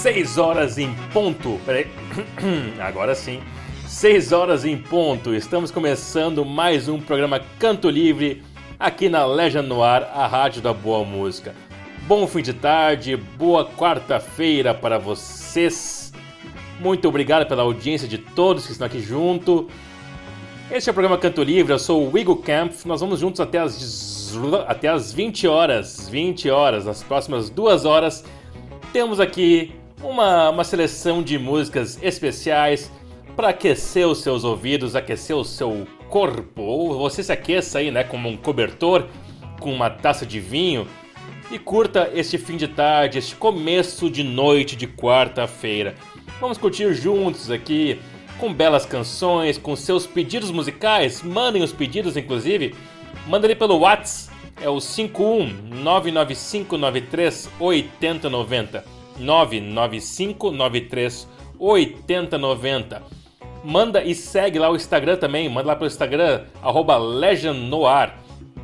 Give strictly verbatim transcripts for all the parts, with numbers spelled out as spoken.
seis horas em ponto. Peraí. Agora sim. seis horas em ponto. Estamos começando mais um programa Canto Livre aqui na Legend no Ar, a rádio da boa música. Bom fim de tarde, boa quarta-feira para vocês. Muito obrigado pela audiência de todos que estão aqui junto. Este é o programa Canto Livre, eu sou o Igor Kempf. Nós vamos juntos até as, até as vinte horas. vinte horas, nas próximas duas horas. Temos aqui uma, uma seleção de músicas especiais para aquecer os seus ouvidos, aquecer o seu corpo. Ou você se aqueça aí, né, como um cobertor, com uma taça de vinho. E curta este fim de tarde, este começo de noite de quarta-feira. Vamos curtir juntos aqui, com belas canções, com seus pedidos musicais. Mandem os pedidos, inclusive. Manda ali pelo WhatsApp. É o cinco um nove nove cinco nove três oito zero nove zero. nove nove cinco nove três oito zero nove zero. Manda e segue lá o Instagram também. Manda lá pelo Instagram, arroba legendnoar.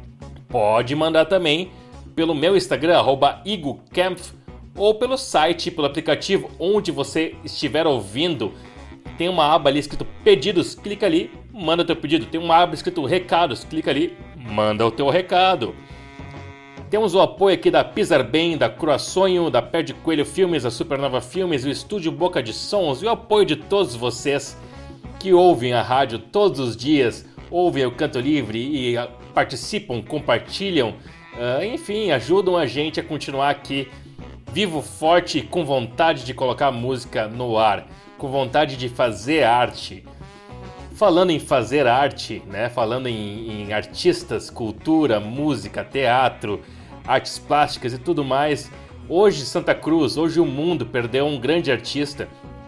Pode mandar também pelo meu Instagram, arroba Igor Kempf, ou pelo site, pelo aplicativo, onde você estiver ouvindo. Tem uma aba ali escrito pedidos, clica ali, manda teu pedido. Tem uma aba escrito recados, clica ali, manda o teu recado. Temos o apoio aqui da Pisar Bem, da Croaçonho, da Pé de Coelho Filmes, da Supernova Filmes, o Estúdio Boca de Sons e o apoio de todos vocês que ouvem a rádio todos os dias, ouvem o Canto Livre e participam, compartilham, uh, enfim, ajudam a gente a continuar aqui vivo, forte, com vontade de colocar música no ar, com vontade de fazer arte. Falando em fazer arte, né? Falando em, em artistas, cultura, música, teatro, artes plásticas e tudo mais, hoje Santa Cruz, hoje o mundo perdeu um grande artista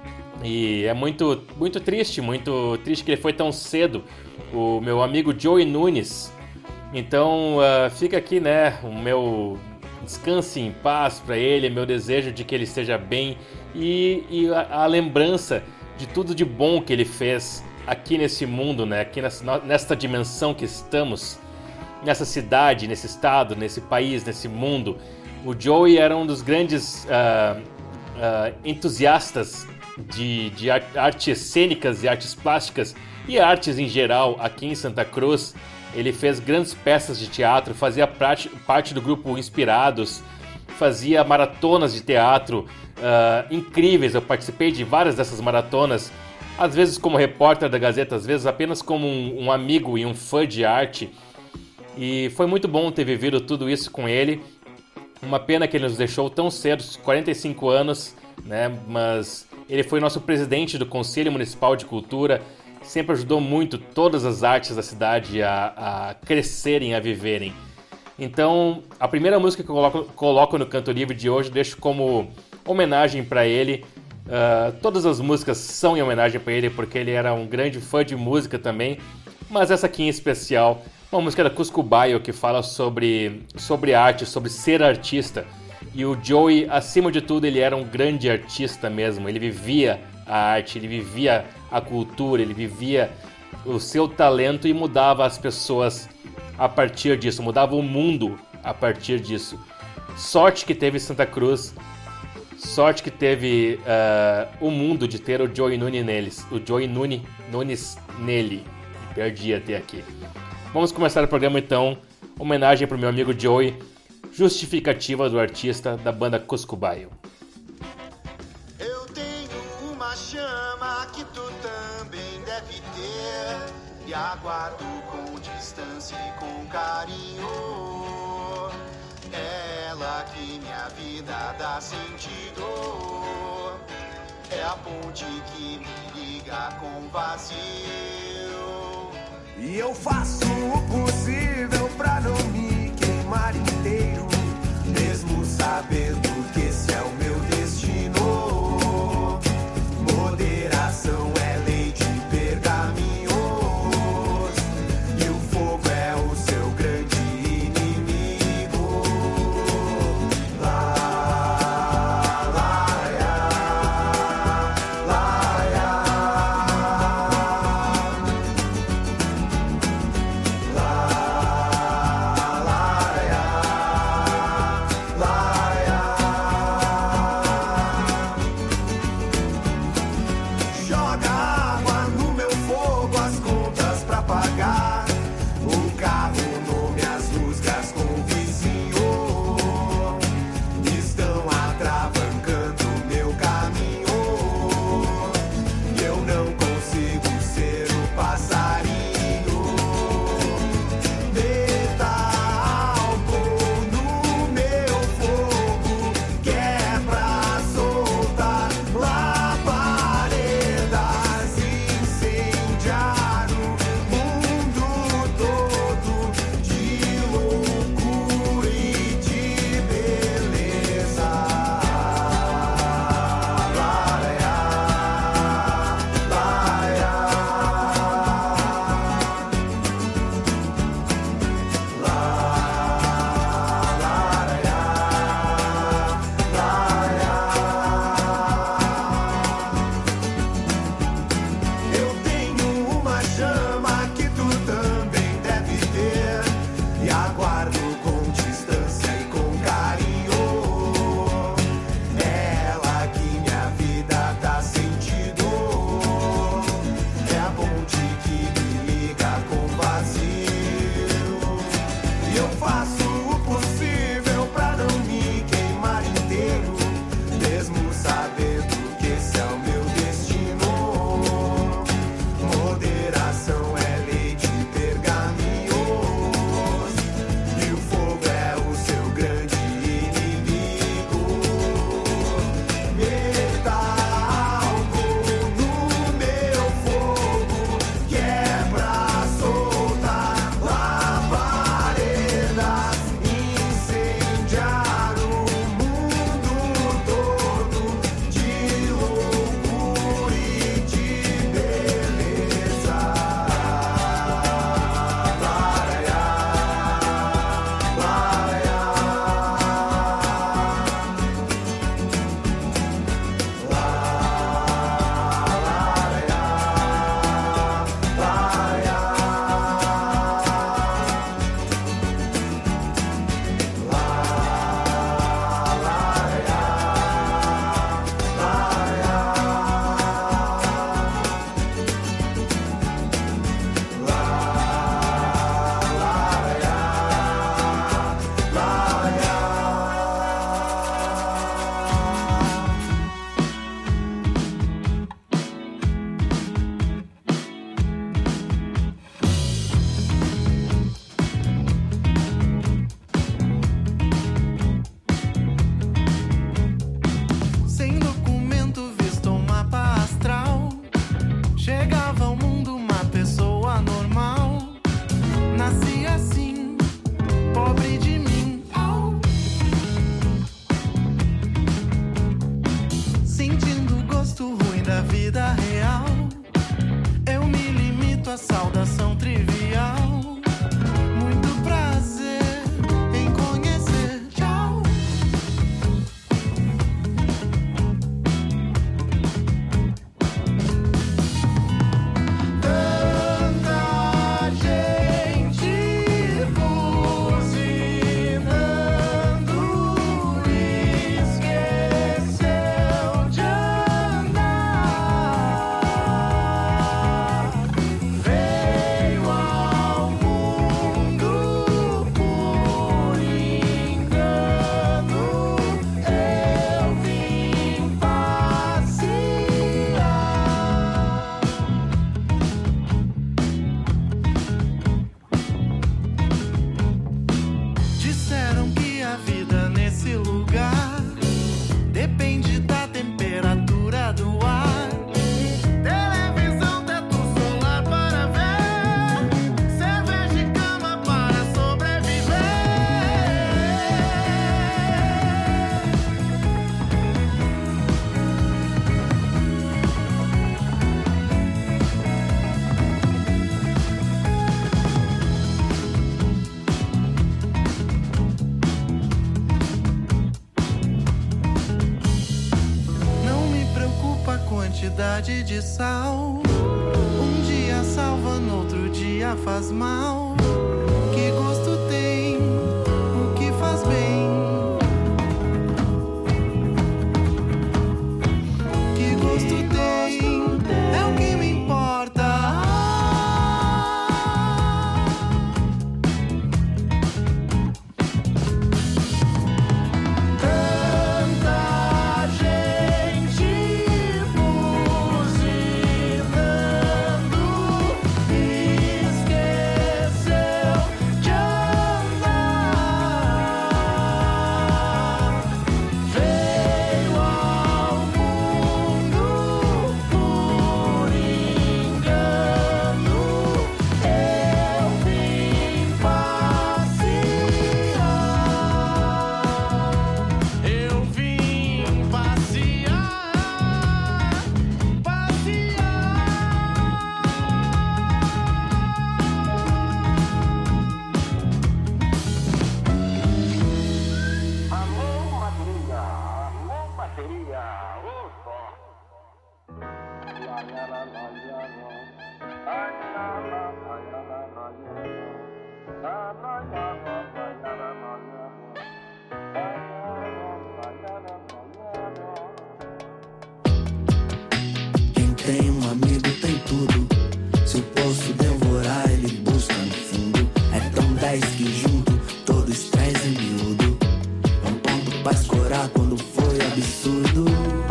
e é muito, muito triste, muito triste que ele foi tão cedo, o meu amigo Joey Nunes. Então uh, fica aqui, né, o meu descanse em paz para ele, meu desejo de que ele esteja bem e, e a, a lembrança de tudo de bom que ele fez aqui nesse mundo, né? Aqui nessa, nesta dimensão que estamos, nessa cidade, nesse estado, nesse país, nesse mundo. O Joey era um dos grandes uh, uh, entusiastas de, de artes cênicas e artes plásticas e artes em geral aqui em Santa Cruz. Ele fez grandes peças de teatro, fazia parte, parte do grupo Inspirados, fazia maratonas de teatro uh, incríveis. Eu participei de várias dessas maratonas, às vezes como repórter da Gazeta, às vezes apenas como um, um amigo e um fã de arte. E foi muito bom ter vivido tudo isso com ele. Uma pena que ele nos deixou tão cedo, quarenta e cinco anos, né? Mas ele foi nosso presidente do Conselho Municipal de Cultura, sempre ajudou muito todas as artes da cidade a, a crescerem, a viverem. Então, a primeira música que eu coloco, coloco no Canto Livre de hoje, deixo como homenagem para ele. Uh, todas as músicas são em homenagem para ele, porque ele era um grande fã de música também. Mas essa aqui em especial, uma música da Cusco Bayo, que fala sobre, sobre arte, sobre ser artista. E o Joey, acima de tudo, ele era um grande artista mesmo. Ele vivia a arte, ele vivia a cultura, ele vivia o seu talento e mudava as pessoas a partir disso, mudava o mundo a partir disso. Sorte que teve Santa Cruz, sorte que teve uh, o mundo de ter o Joey Nunes neles, o Joey Nunes, Nunes nele. Perdi até aqui. Vamos começar o programa então, homenagem para o meu amigo Joey, justificativa do artista da banda Cusco Bayo. E aguardo com distância e com carinho. Ela que minha vida dá sentido. É a ponte que me liga com o vazio. E eu faço o possível pra não me queimar inteiro, mesmo sabendo que esse é o meu destino. Moderação é lei de pergaminho. La quantidade de sal. Um dia salva, no outro dia faz mal. Que gosto tem o que faz bem? Que gosto tem é o que me importa. Quem tem um amigo tem tudo. Se eu posso devorar, ele busca no fundo. É tão dez que junto todo estresse é miúdo. É um ponto pra escorar quando foi absurdo.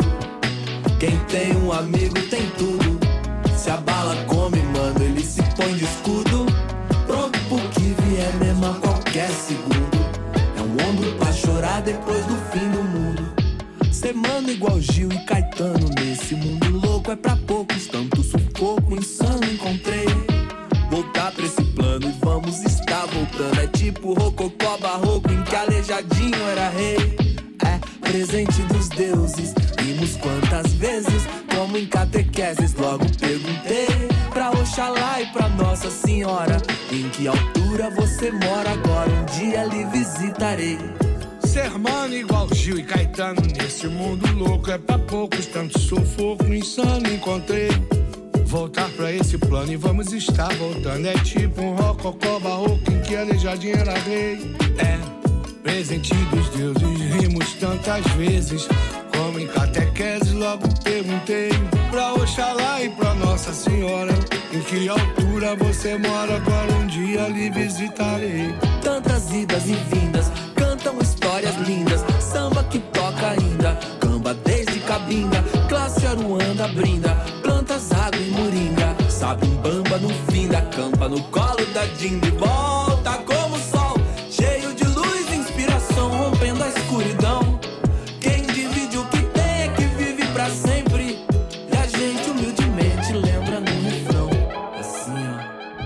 Quem tem um amigo tem tudo. Se a bala come, mano, ele se põe de escudo. Pronto pro que vier mesmo a qualquer segundo. É um ombro pra chorar depois do fim do mundo. Ser mano igual Gil e Caetano. Nesse mundo louco é pra poucos. Tanto sufoco insano encontrei. Voltar pra esse plano e vamos estar voltando. É tipo rococó barroco em que Aleijadinho era rei. É presente dos deuses. Vimos quantas vezes, como em catequeses. Logo perguntei pra Oxalá e pra Nossa Senhora: em que altura você mora agora? Um dia lhe visitarei. Ser mano igual Gil e Caetano. Nesse mundo louco é pra poucos. Tanto sufoco insano encontrei. Voltar pra esse plano e vamos estar voltando. É tipo um rococó barroco em que Aleijadinho era rei. É presente dos deuses. Rimos tantas vezes, como em catequese. Logo perguntei pra Oxalá e pra Nossa Senhora: em que altura você mora agora? Um dia lhe visitarei. Tantas idas e vindas, cantam histórias lindas. Samba que toca ainda, camba desde Cabinda. Classe Aruanda brinda, plantas, água e moringa. Sabe um bamba no fim da campa, no colo da Dinda. E volta como o sol, cheio de luz e inspiração, rompendo a escuridão. Quem divide o que tem é que vive pra sempre. E a gente humildemente lembra no refrão, assim ó: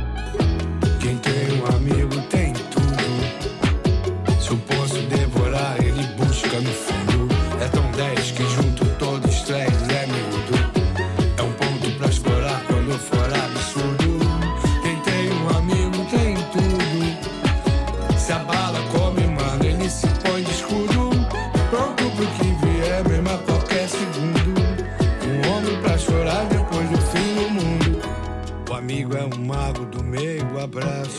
quem tem um amigo tem tudo. Se eu posso devorar, ele busca no fundo. É tão dez que junto todo estresse é miúdo. É um ponto pra explorar quando for absurdo. Quem tem um amigo tem tudo. Se a bala come, mano, ele se põe de escudo. Pronto pro que vier mesmo a qualquer segundo. Um homem pra chorar depois do fim do mundo. O amigo é um mago do meio abraço.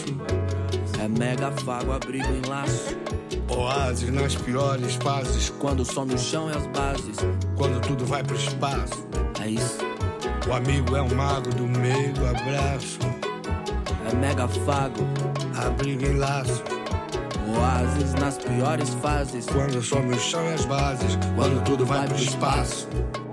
é mega fago, abrigo em laço. Oásis nas piores fases. Quando some o chão e as bases, Quando tudo vai pro espaço. é isso. O amigo é um mago do meio abraço. É mega fago, Abriga em laço. oásis nas piores fases. Quando some o chão e as bases. Quando tudo vai pro espaço.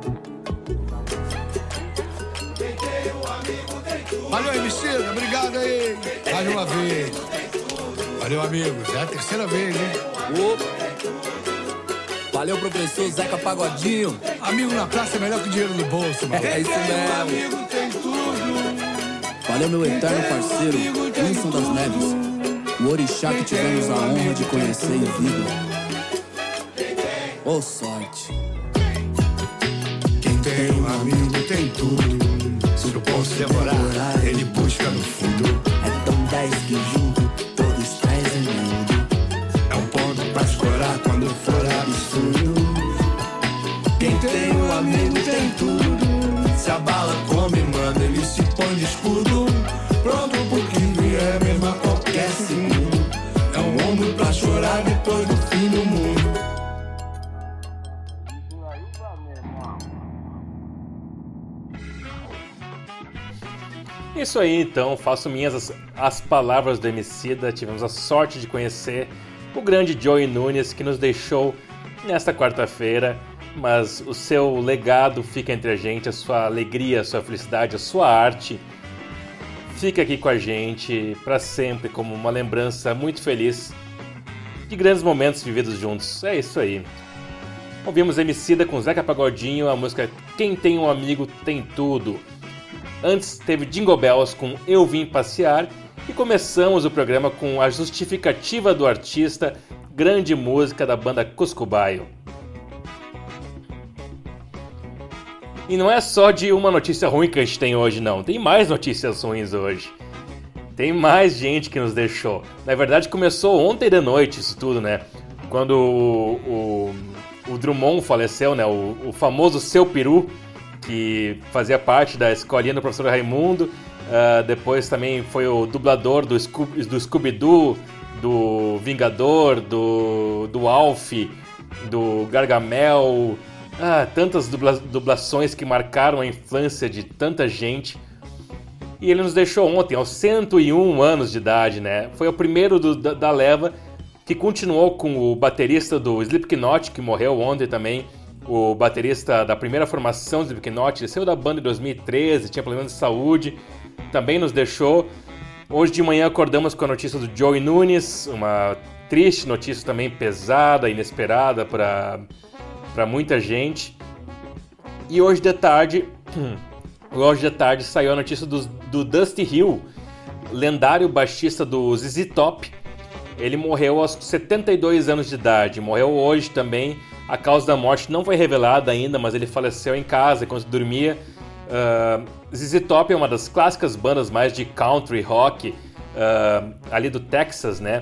Valeu, M C, obrigado aí. Mais uma vez. Valeu, amigos. É a terceira vez, hein? Opa. Valeu, professor Zeca Pagodinho. Amigo na praça é melhor que dinheiro no bolso, mano. É isso mesmo. Amigo tem tudo. Valeu, meu eterno parceiro, Wilson das Neves, o orixá que tivemos a honra de conhecer em vida. Ô, sorte. Quem tem um amigo tem tudo. Se eu posso devorar, ele busca no fundo. É tão dez que junto todo estresse é miúdo. É um ponto pra escorar quando for absurdo. Quem tem um amigo tem tudo. Se a bala come, mano, ele se põe de escudo. Pronto pro que vier, mesmo a qualquer segundo. É um ombro pra chorar depois do fim do mundo. Isso aí, então, faço minhas as, as palavras do Emicida. Tivemos a sorte de conhecer o grande Joey Nunes, que nos deixou nesta quarta-feira, mas o seu legado fica entre a gente, a sua alegria, a sua felicidade, a sua arte fica aqui com a gente para sempre como uma lembrança muito feliz de grandes momentos vividos juntos. É isso aí. Ouvimos Emicida com Zeca Pagodinho, a música Quem Tem Um Amigo Tem Tudo. Antes teve Jingle Bells com Eu Vim Passear e começamos o programa com a justificativa do artista, grande música da banda Cuscubaio. E não é só de uma notícia ruim que a gente tem hoje, não. Tem mais notícias ruins hoje. Tem mais gente que nos deixou. Na verdade, começou ontem de noite isso tudo, né? Quando o, o, o Drummond faleceu, né? O, o famoso Seu Peru, que fazia parte da escolinha do professor Raimundo. Uh, depois também foi o dublador do, Scoob, do Scooby-Doo, do Vingador, do, do Alf, do Gargamel. Ah, tantas dubla, dublações que marcaram a infância de tanta gente. E ele nos deixou ontem, aos cento e um anos de idade, né? Foi o primeiro do, da, da leva, que continuou com o baterista do Slipknot, que morreu ontem também. O baterista da primeira formação do Slipknot, ele saiu da banda em dois mil e treze, tinha problemas de saúde, também nos deixou. Hoje de manhã acordamos com a notícia do Joey Nunes, uma triste notícia também pesada, inesperada para para muita gente. E hoje de tarde, hoje de tarde saiu a notícia do, do Dusty Hill, lendário baixista do Z Z Top. Ele morreu aos setenta e dois anos de idade, morreu hoje também. A causa da morte não foi revelada ainda, mas ele faleceu em casa enquanto dormia. Uh, Z Z Top é uma das clássicas bandas mais de country rock uh, ali do Texas, né?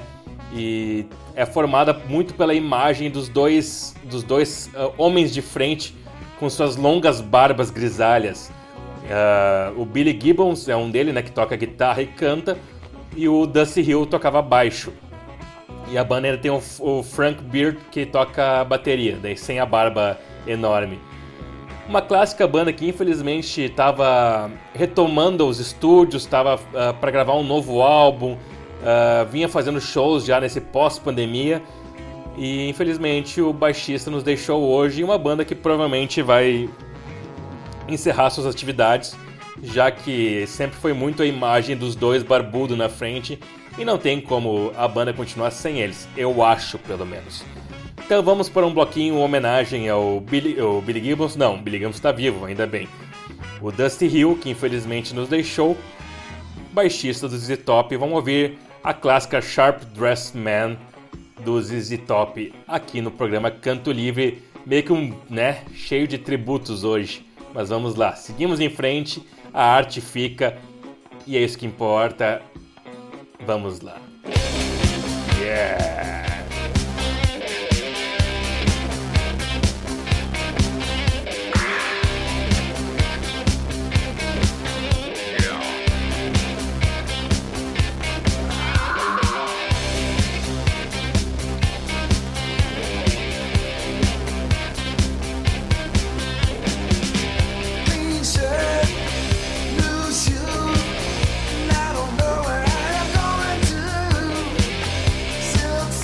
E é formada muito pela imagem dos dois, dos dois uh, homens de frente com suas longas barbas grisalhas. Uh, o Billy Gibbons é um dele, né, que toca guitarra e canta, e o Dusty Hill tocava baixo. E a banda ainda tem o, o Frank Beard, que toca bateria, daí sem a barba enorme. Uma clássica banda que infelizmente estava retomando os estúdios, estava uh, para gravar um novo álbum, uh, vinha fazendo shows já nesse pós-pandemia, e infelizmente o baixista nos deixou hoje, uma banda que provavelmente vai encerrar suas atividades, já que sempre foi muito a imagem dos dois barbudos na frente, e não tem como a banda continuar sem eles, eu acho, pelo menos. Então vamos para um bloquinho em homenagem ao Billy, ao Billy Gibbons. Não, Billy Gibbons está vivo, ainda bem. O Dusty Hill, que infelizmente nos deixou, baixista do Z Z Top. Vamos ouvir a clássica Sharp Dressed Man do Z Z Top aqui no programa Canto Livre. Meio que um, né, cheio de tributos hoje. Mas vamos lá, seguimos em frente, a arte fica e é isso que importa. Vamos lá. Yeah! Silk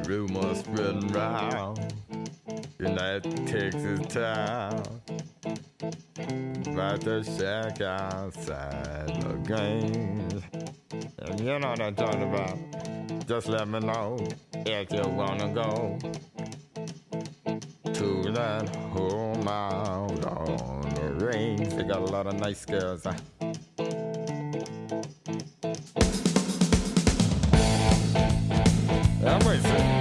rumors spreading round in that Texas town about the shack outside the games. And you know what I'm talking about. Just let me know if you wanna go to that home out on the range. They got a lot of nice girls, huh? I'm with you.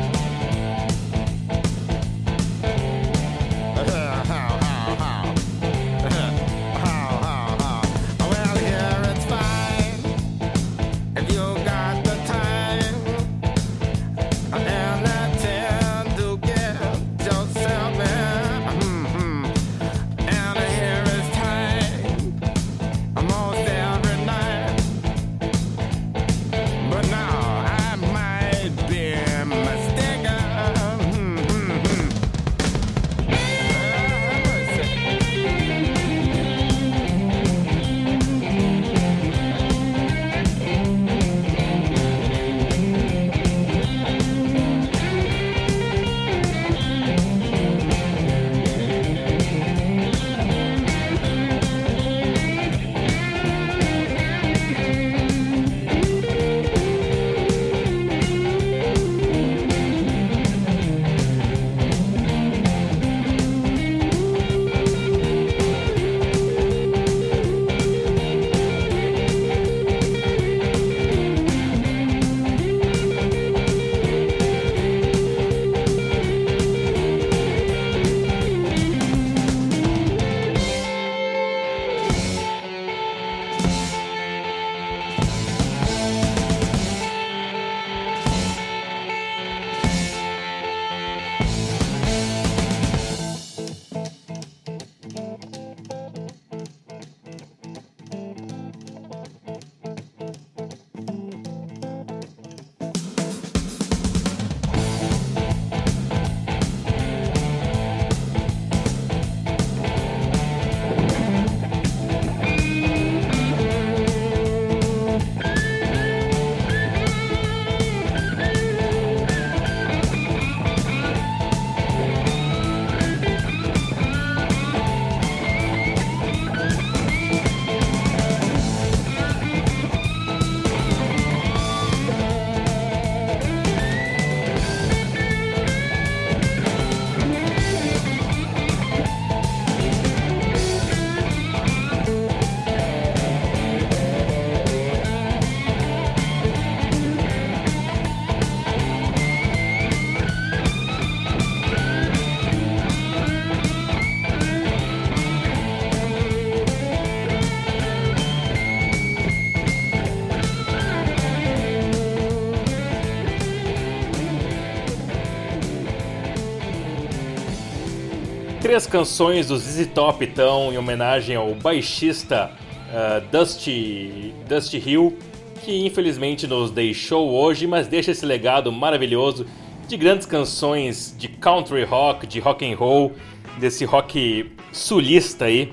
Três canções do Z Z Top, então, em homenagem ao baixista uh, Dusty, Dusty Hill, que infelizmente nos deixou hoje, mas deixa esse legado maravilhoso de grandes canções de country rock, de rock and roll, desse rock sulista aí.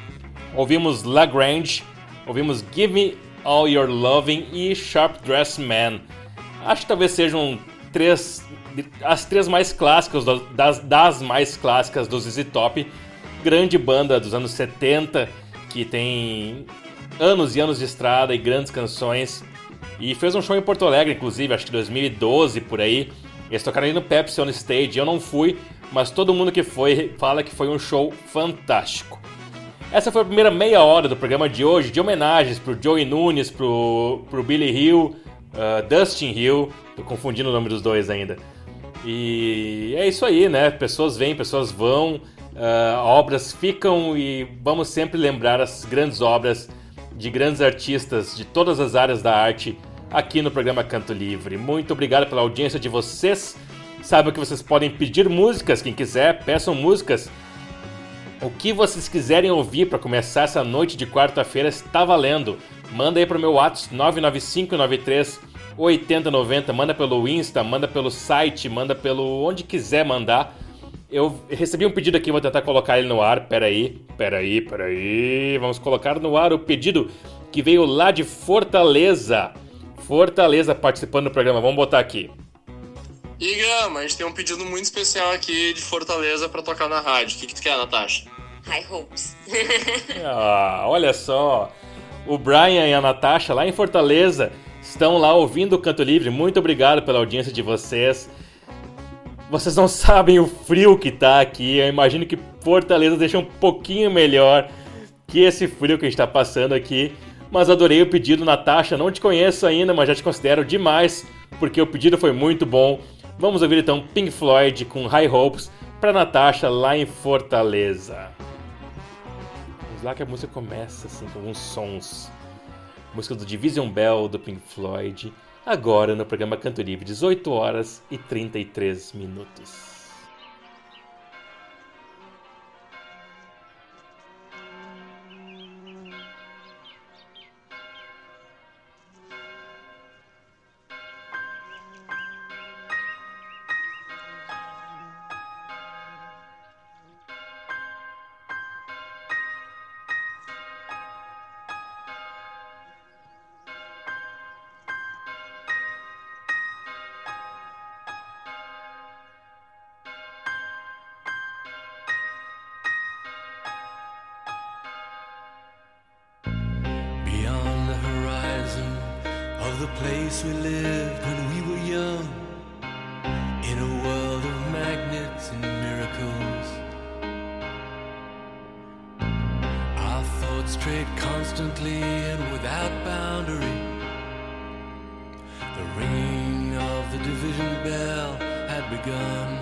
Ouvimos La Grange, ouvimos Give Me All Your Loving e Sharp Dressed Man. Acho que talvez sejam três, as três mais clássicas, das, das mais clássicas do Z Z Top. Grande banda dos anos setenta, que tem anos e anos de estrada e grandes canções. E fez um show em Porto Alegre, inclusive, acho que dois mil e doze, por aí. Eles tocaram aí no Pepsi on Stage, eu não fui, mas todo mundo que foi fala que foi um show fantástico. Essa foi a primeira meia hora do programa de hoje, de homenagens pro Joey Nunes, pro, pro Billy Hill, uh, Dustin Hill, tô confundindo o nome dos dois ainda. E é isso aí, né? Pessoas vêm, pessoas vão, uh, obras ficam e vamos sempre lembrar as grandes obras de grandes artistas de todas as áreas da arte aqui no programa Canto Livre. Muito obrigado pela audiência de vocês. Saibam que vocês podem pedir músicas, quem quiser, peçam músicas. O que vocês quiserem ouvir para começar essa noite de quarta-feira está valendo. Manda aí pro meu WhatsApp nove nove cinco nove três oito zero nove zero, manda pelo Insta, manda pelo site, manda pelo onde quiser mandar. Eu recebi um pedido aqui, vou tentar colocar ele no ar. Peraí, peraí, peraí. Vamos colocar no ar o pedido que veio lá de Fortaleza. Fortaleza participando do programa, vamos botar aqui. Iga, a gente tem um pedido muito especial aqui de Fortaleza pra tocar na rádio. O que, que tu quer, Natasha? High Hopes. Ah, olha só. O Brian e a Natasha lá em Fortaleza estão lá ouvindo o Canto Livre. Muito obrigado pela audiência de vocês. Vocês não sabem o frio que tá aqui. Eu imagino que Fortaleza deixa um pouquinho melhor que esse frio que a gente tá passando aqui. Mas adorei o pedido, Natasha. Não te conheço ainda, mas já te considero demais, porque o pedido foi muito bom. Vamos ouvir então Pink Floyd com High Hopes pra Natasha lá em Fortaleza. Vamos lá que a música começa assim com alguns sons. Música do Division Bell do Pink Floyd. Agora no programa Canto Livre, dezoito horas e trinta e três minutos. We lived when we were young, in a world of magnets and miracles. Our thoughts strayed constantly and without boundary. The ringing of the division bell had begun.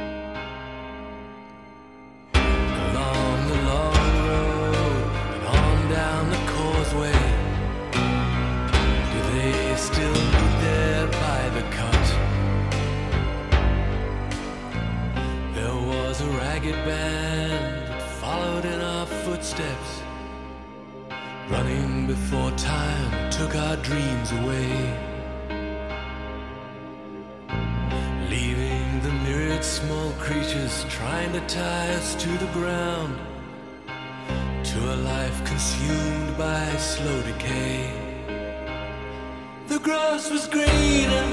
Along the long road and on down the causeway, still be there by the cut. There was a ragged band that followed in our footsteps, running before time took our dreams away, leaving the myriad small creatures trying to tie us to the ground, to a life consumed by slow decay. The grass was greener,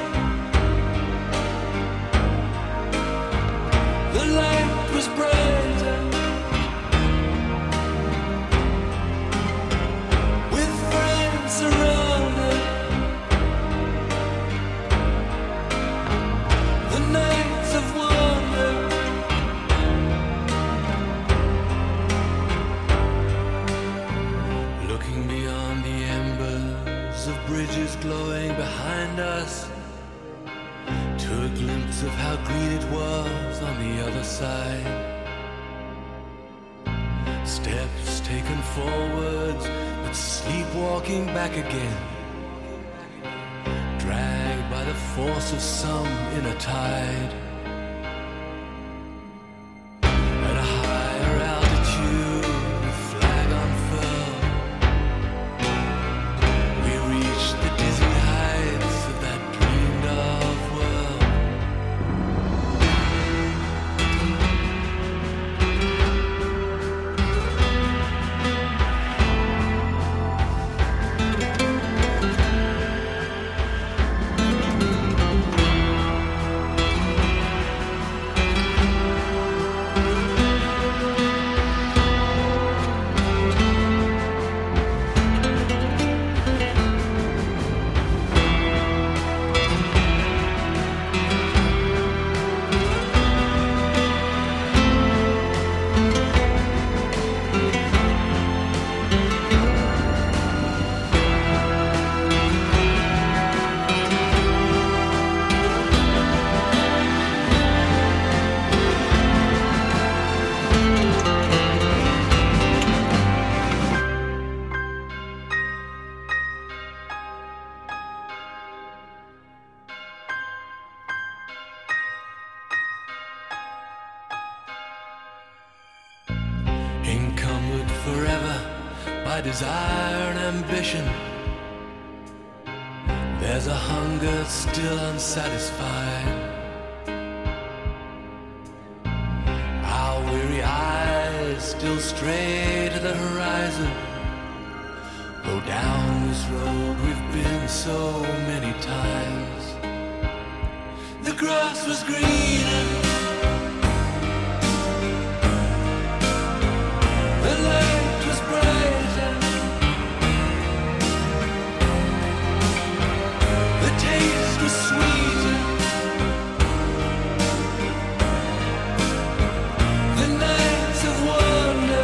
the light was brighter, with friends around us. The nights of wonder, looking beyond the embers of bridges glowing behind us, to a glimpse of how green it was on the other side. Steps taken forwards, but sleepwalking back again, dragged by the force of some inner tide. At a higher altitude, the flag unfurled, we reached the dizzy heights of that dreamed of world. Encumbered forever by desire and ambition, there's a hunger still unsatisfied. Our weary eyes still stray to the horizon, though down this road we've been so many times. the grass was greener, the light was brighter, the taste was sweeter, the nights of wonder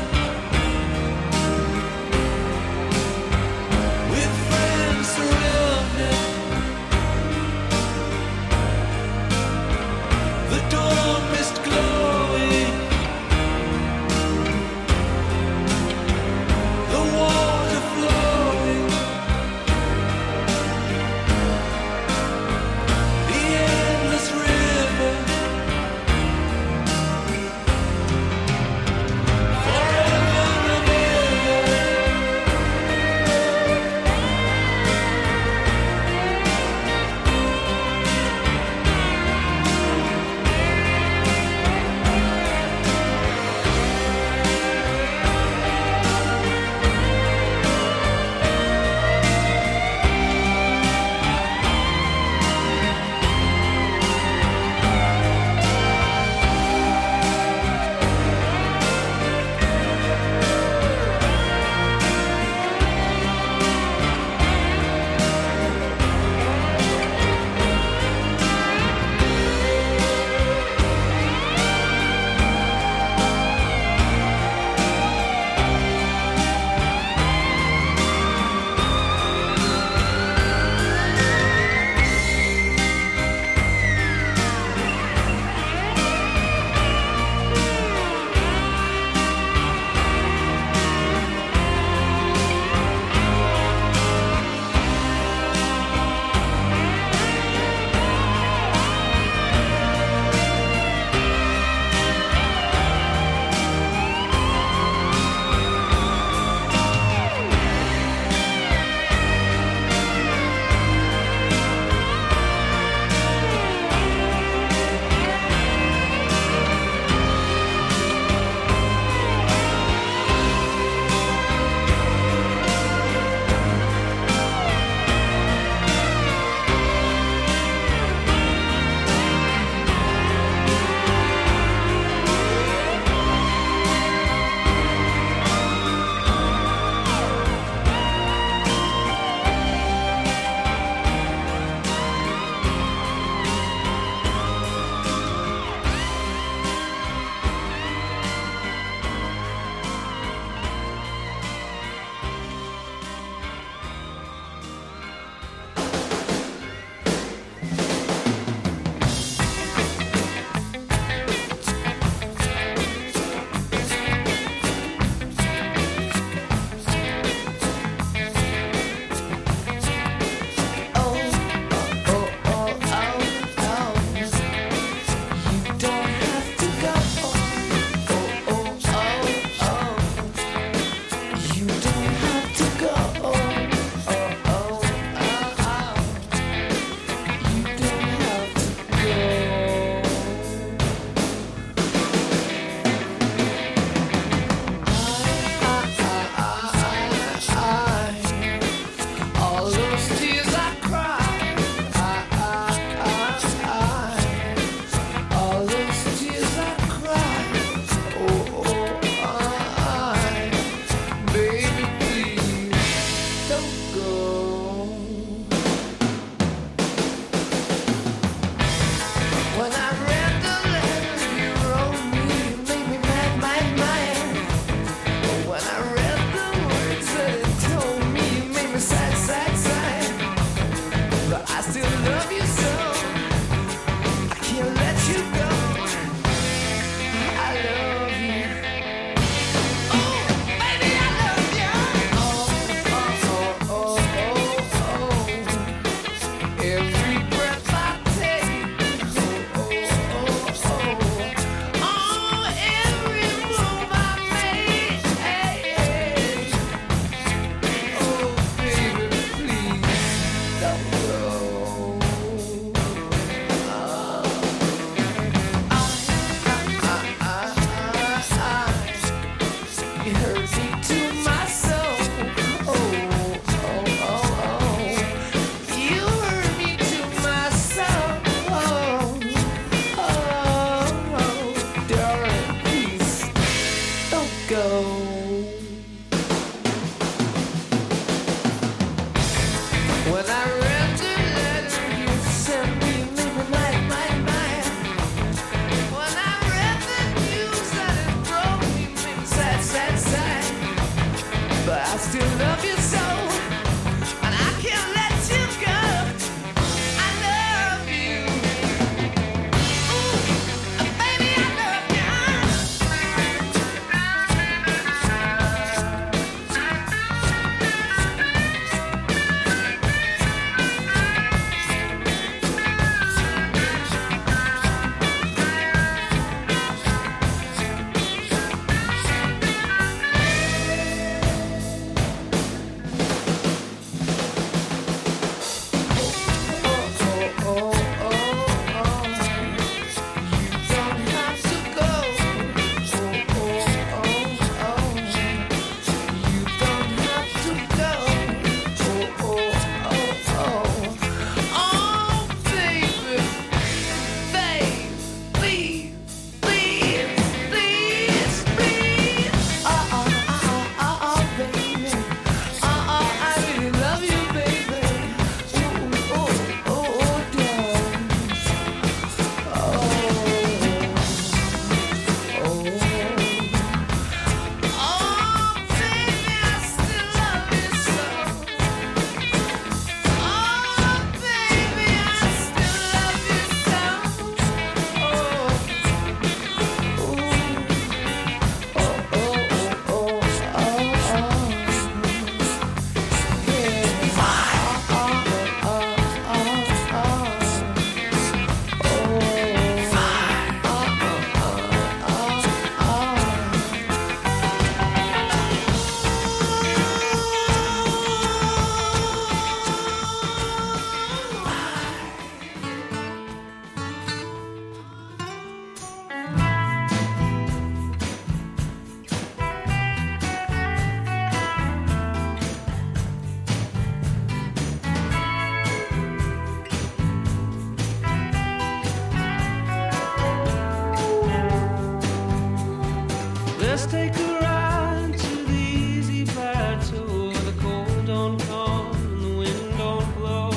with friends surrounded, the dawn mist glowing, the water flowing, the endless river, forever and ever. Oh, go. When I read the letter you sent me, made me like my mind. When I read the news that it broke me, made me sad, sad, sad. But I still love you so, and I can't let you go. I love you. Ooh, baby, I love you. Let's take a ride to the easy plateau where the cold don't come and the wind don't blow.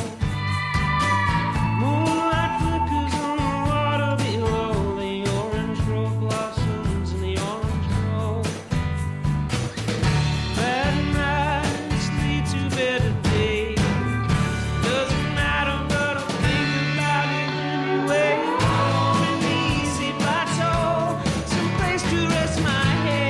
Moonlight flickers on the water below, the orange grove blossoms in the orange grove. Bad nights lead to better days. Doesn't matter, but I'll think about it anyway. On an easy plateau, someplace to rest my head.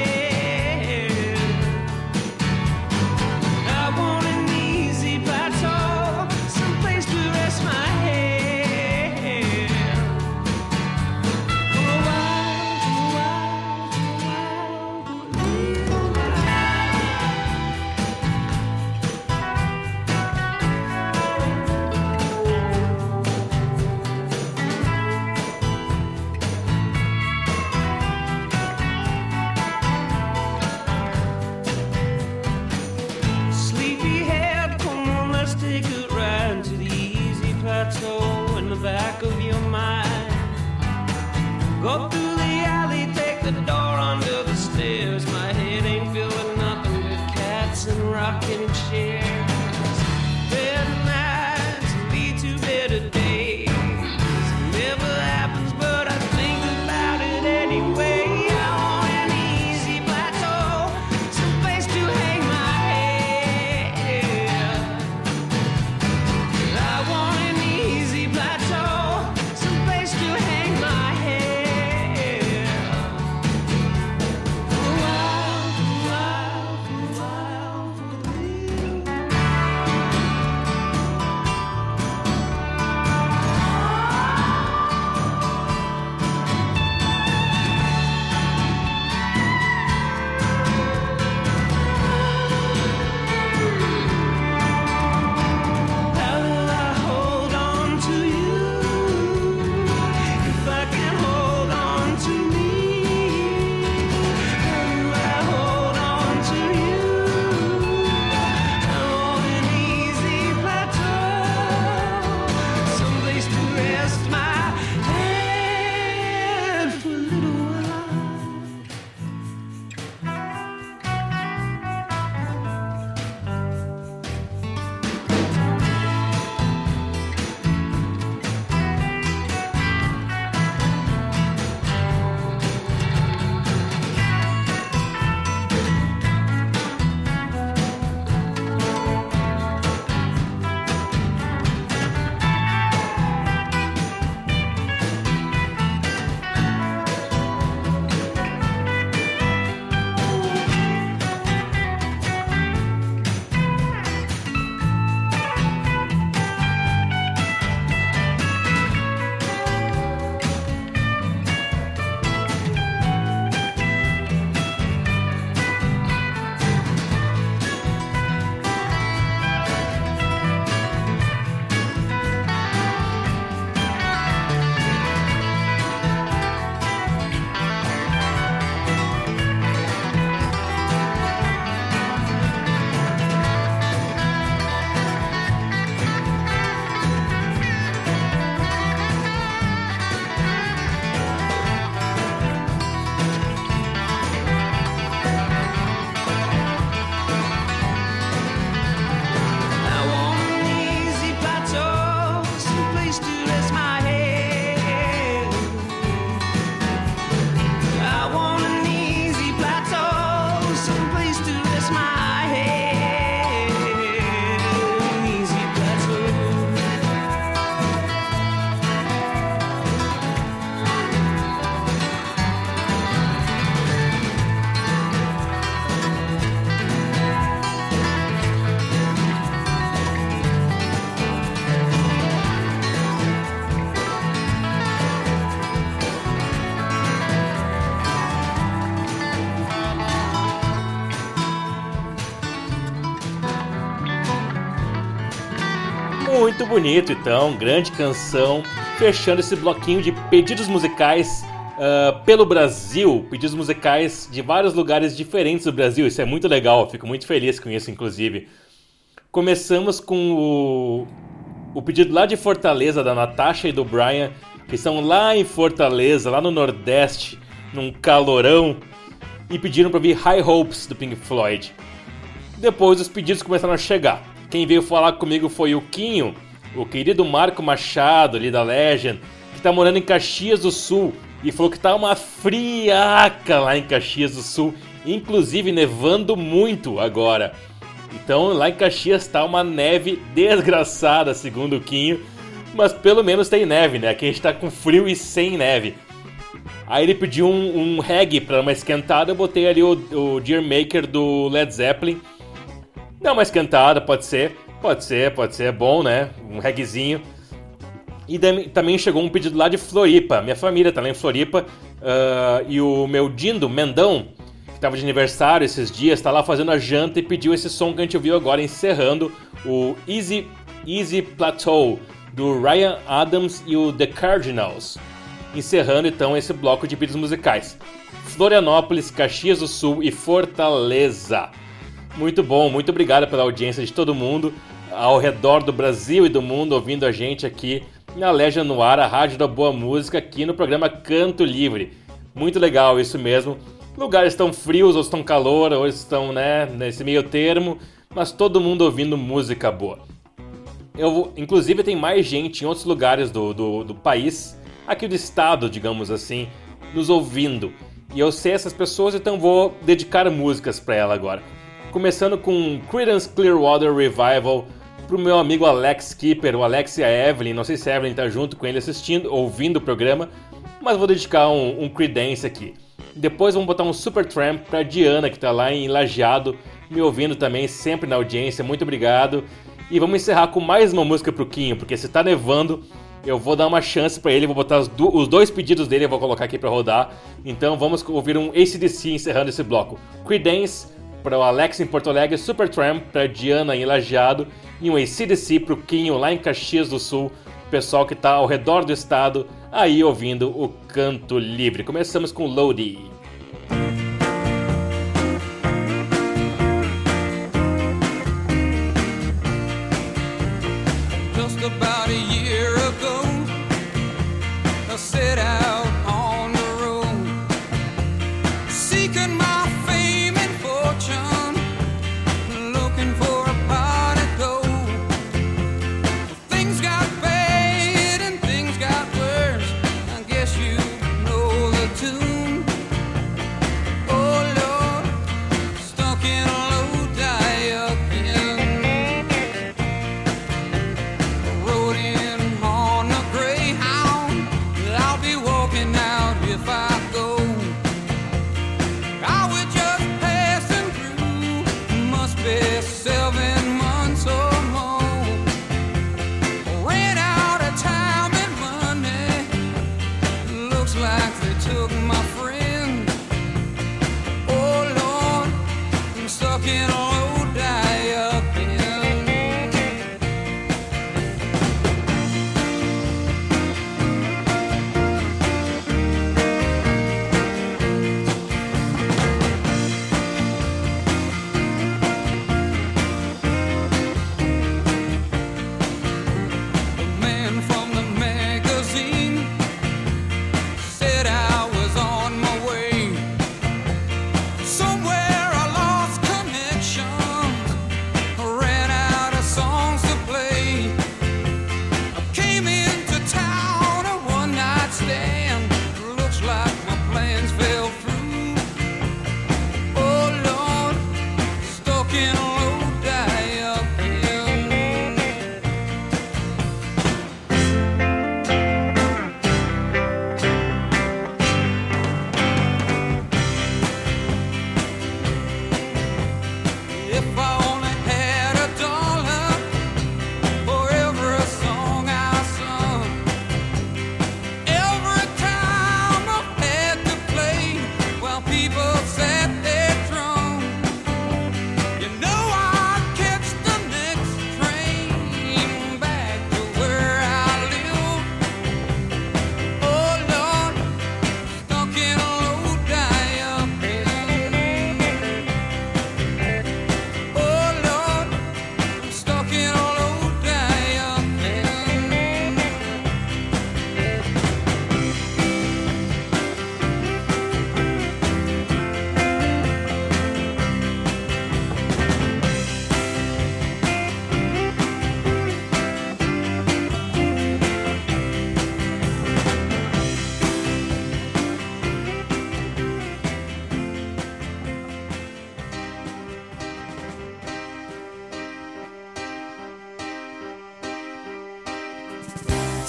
I want an easy plateau, someplace to rest my head. For a while, for a while, for a while, for a little Sleepyhead, come on, let's take a ride to the easy plateau in the back of your mind. Go through the alley, take the door under the stairs. My head ain't filled with nothing but cats and rocking chairs. Better nights lead to better days. Never happens, but I think about it anyway. I want an easy plateau, someplace to hang my head. I want an easy plateau, someplace to hang my head. For a while, for a while, for a while, for a little Muito bonito, então, grande canção, fechando esse bloquinho de pedidos musicais uh, pelo Brasil, pedidos musicais de vários lugares diferentes do Brasil, isso é muito legal, fico muito feliz com isso, inclusive. Começamos com o, o pedido lá de Fortaleza, da Natasha e do Brian, que estão lá em Fortaleza, lá no Nordeste, num calorão, e pediram para ouvir High Hopes, do Pink Floyd. Depois os pedidos começaram a chegar. Quem veio falar comigo foi o Quinho, o querido Marco Machado, ali da Legend, que tá morando em Caxias do Sul, e falou que tá uma friaca lá em Caxias do Sul, inclusive nevando muito agora. Então lá em Caxias tá uma neve desgraçada, segundo o Quinho, mas pelo menos tem neve, né? Aqui a gente tá com frio e sem neve. Aí ele pediu um, um reggae pra uma esquentada, eu botei ali o, o Dear Maker do Led Zeppelin. Dá uma esquentada, pode ser, pode ser, pode ser, é bom, né? Um reggaezinho. E também chegou um pedido lá de Floripa, minha família tá lá em Floripa, uh, e o meu Dindo Mendão, que tava de aniversário esses dias, tá lá fazendo a janta e pediu esse som que a gente ouviu agora, encerrando o Easy, Easy Plateau, do Ryan Adams e o The Cardinals. Encerrando então esse bloco de pedidos musicais. Florianópolis, Caxias do Sul e Fortaleza. Muito bom, muito obrigado pela audiência de todo mundo ao redor do Brasil e do mundo ouvindo a gente aqui na Legend no Ar, a rádio da boa música, aqui no programa Canto Livre. Muito legal isso mesmo. Lugares estão frios ou estão calor, ou estão, né, nesse meio termo, mas todo mundo ouvindo música boa. Eu, inclusive tem mais gente em outros lugares do, do, do país, aqui do estado, digamos assim, nos ouvindo. E eu sei essas pessoas, então vou dedicar músicas para ela agora. Começando com Creedence Clearwater Revival pro meu amigo Alex Keeper, o Alex e a Evelyn. Não sei se a Evelyn tá junto com ele assistindo, ouvindo o programa, mas vou dedicar um, um Creedence aqui. Depois vamos botar um Supertramp pra Diana, que tá lá em Lajeado, me ouvindo também, sempre na audiência. Muito obrigado. E vamos encerrar com mais uma música pro Quinho, porque se tá nevando, eu vou dar uma chance pra ele, vou botar os, do, os dois pedidos dele, eu vou colocar aqui pra rodar. Então vamos ouvir um A C D C encerrando esse bloco. Creedence para o Alex em Porto Alegre, Supertramp para Diana em Lajeado e um A C D C para o Quinho lá em Caxias do Sul, o pessoal que está ao redor do estado aí ouvindo o Canto Livre. Começamos com Lodi. Just about a year ago, I set out on the road, seeking my fame and fortune, looking for a pot of gold. Things got bad and things got worse, I guess you know the tune. Oh Lord, stuck in a low-die again, rode in on a Greyhound, I'll be walking out if I go. I was just passing through, must be seven months or more. Ran out of time and money, looks like they took my friend. Oh Lord, I'm stuck in a low-die again. The man from the magazine said I was on my way. Somewhere I lost connection.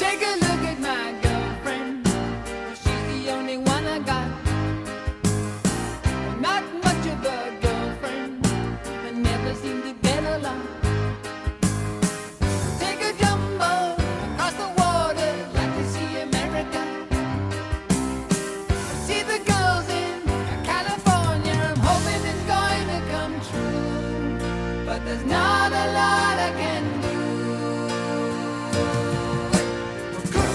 Take a look at my girlfriend. She's the only one I got. Not much of a girlfriend, but never seem to get along. Take a jumbo across the water, like to see America. See the girls in California, I'm hoping it's going to come true. But there's not a lot I can do. Good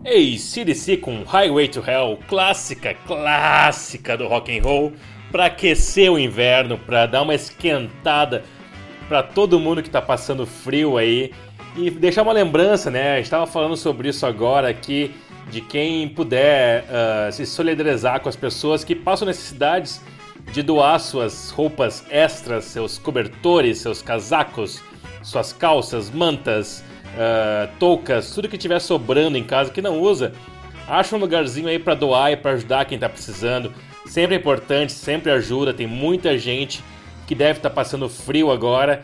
A C D C com Highway to Hell, clássica, clássica do rock and roll, para aquecer o inverno, para dar uma esquentada para todo mundo que tá passando frio aí e deixar uma lembrança, né? A gente estava falando sobre isso agora aqui, de quem puder uh, se solidarizar com as pessoas que passam necessidades de doar suas roupas extras, seus cobertores, seus casacos, suas calças, mantas, uh, toucas, tudo que tiver sobrando em casa que não usa, acha um lugarzinho aí para doar e para ajudar quem tá precisando. Sempre é importante, sempre ajuda. Tem muita gente que deve estar tá passando frio agora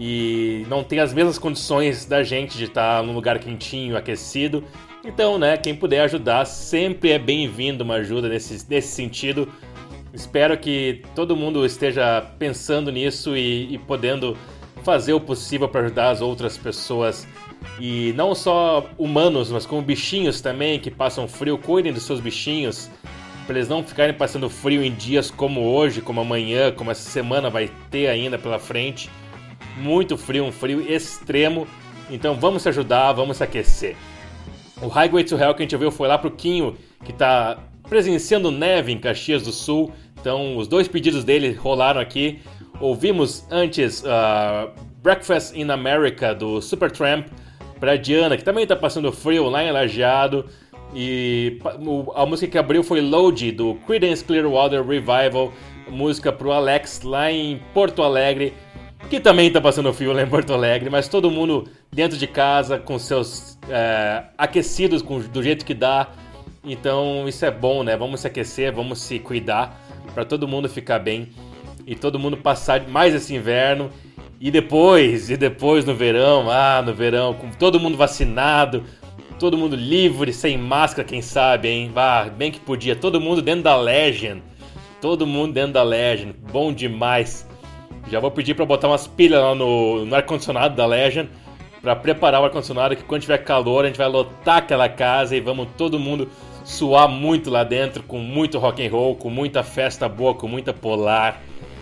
e não tem as mesmas condições da gente de estar tá num lugar quentinho, aquecido. Então, né, quem puder ajudar sempre é bem-vindo, uma ajuda nesse, nesse sentido. Espero que todo mundo esteja pensando nisso e, e podendo fazer o possível para ajudar as outras pessoas. E não só humanos, mas como bichinhos também que passam frio. Cuidem dos seus bichinhos, para eles não ficarem passando frio em dias como hoje, como amanhã, como essa semana vai ter ainda pela frente. Muito frio, um frio extremo. Então vamos se ajudar, vamos se aquecer. O Highway to Hell que a gente ouviu foi lá pro Quinho, que está presenciando neve em Caxias do Sul. Então os dois pedidos dele rolaram aqui. Ouvimos antes uh, Breakfast in America do Supertramp para Diana, que também está passando frio lá em Lajeado. E a música que abriu foi Load do Creedence Clearwater Revival, música pro Alex lá em Porto Alegre, que também está passando frio lá em Porto Alegre, mas todo mundo dentro de casa com seus é, aquecidos com, do jeito que dá. Então isso é bom, né? Vamos se aquecer, vamos se cuidar para todo mundo ficar bem e todo mundo passar mais esse inverno. E depois, e depois no verão, ah, no verão, com todo mundo vacinado, todo mundo livre, sem máscara, quem sabe, hein? Ah, bem que podia, todo mundo dentro da Legend, todo mundo dentro da Legend, bom demais. Já vou pedir para botar umas pilhas lá no, no ar-condicionado da Legend, para preparar o ar-condicionado, que quando tiver calor a gente vai lotar aquela casa e vamos todo mundo suar muito lá dentro, com muito rock and roll, com muita festa boa, com muita Polar.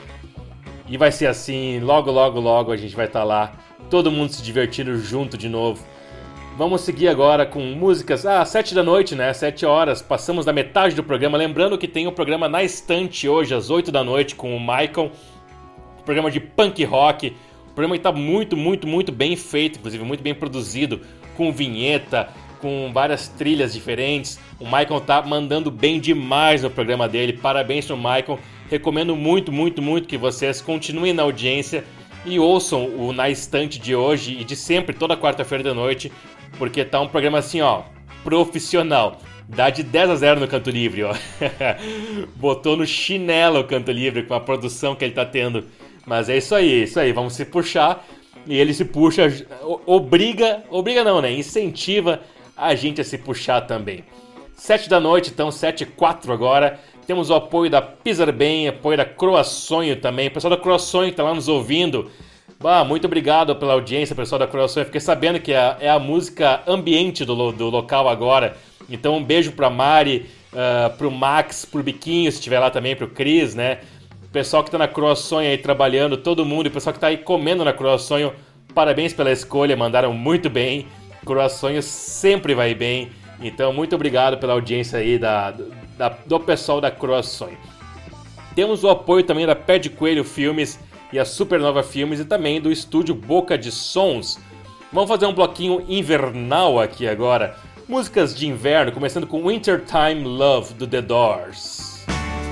E vai ser assim, logo, logo, logo a gente vai estar lá, todo mundo se divertindo junto de novo. Vamos seguir agora com músicas, ah, sete da noite, né, sete horas, passamos da metade do programa. Lembrando que tem o programa Na Estante hoje, às oito da noite, com o Michael, programa de punk rock, o programa está muito, muito, muito bem feito, inclusive muito bem produzido, com vinheta, com várias trilhas diferentes. O Michael tá mandando bem demais no programa dele, parabéns pro Michael. Recomendo muito, muito, muito que vocês continuem na audiência e ouçam o Na Estante de hoje e de sempre, toda quarta-feira da noite, porque tá um programa assim, ó, profissional. Dá de dez a zero no Canto Livre, ó. Botou no chinelo o Canto Livre com a produção que ele tá tendo. Mas é isso aí, é isso aí, vamos se puxar. E ele se puxa, obriga, obriga não, né? Incentiva a gente a se puxar também. Sete da noite, então, sete e quatro agora. Temos o apoio da Pisar Bem, apoio da Croaçonho também. O pessoal da Croaçonho que tá lá nos ouvindo. Ah, muito obrigado pela audiência, pessoal da Croaçonho. Fiquei sabendo que é, é a música ambiente do, do local agora. Então, um beijo pra Mari, uh, pro Max, pro Biquinho, se estiver lá também, pro Cris, né? O pessoal que tá na Croaçonho aí trabalhando, todo mundo. E o pessoal que tá aí comendo na Croaçonho, parabéns pela escolha, mandaram muito bem. Croaçonho sempre vai bem. Então, muito obrigado pela audiência aí da, da, do pessoal da Croaçonho. Temos o apoio também da Pé de Coelho Filmes e a Supernova Filmes e também do estúdio Boca de Sons. Vamos fazer um bloquinho invernal aqui agora. Músicas de inverno, começando com Wintertime Love do The Doors.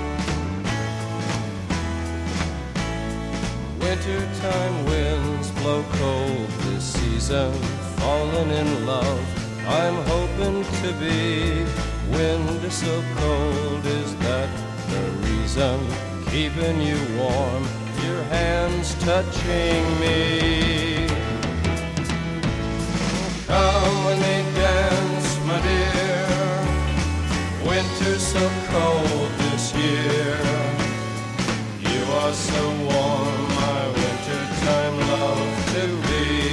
Wintertime winds blow cold this season, falling in love. I'm hoping to be. Wind so cold, is that the reason? Keeping you warm, your hands touching me. Come when they dance, my dear. Winter's so cold this year. You are so warm, my wintertime love to be.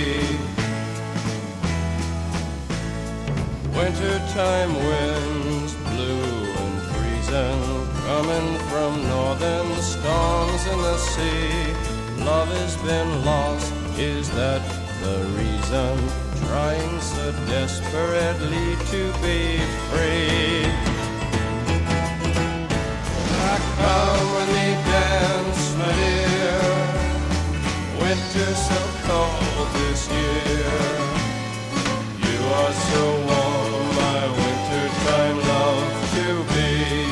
Wintertime winds blue and freezing, coming from northern storms in the sea. Love has been lost, is that the reason? trying so desperately to be free. Come with me, dance, my dear. Winter so cold this year. You are so warm, my wintertime love to be.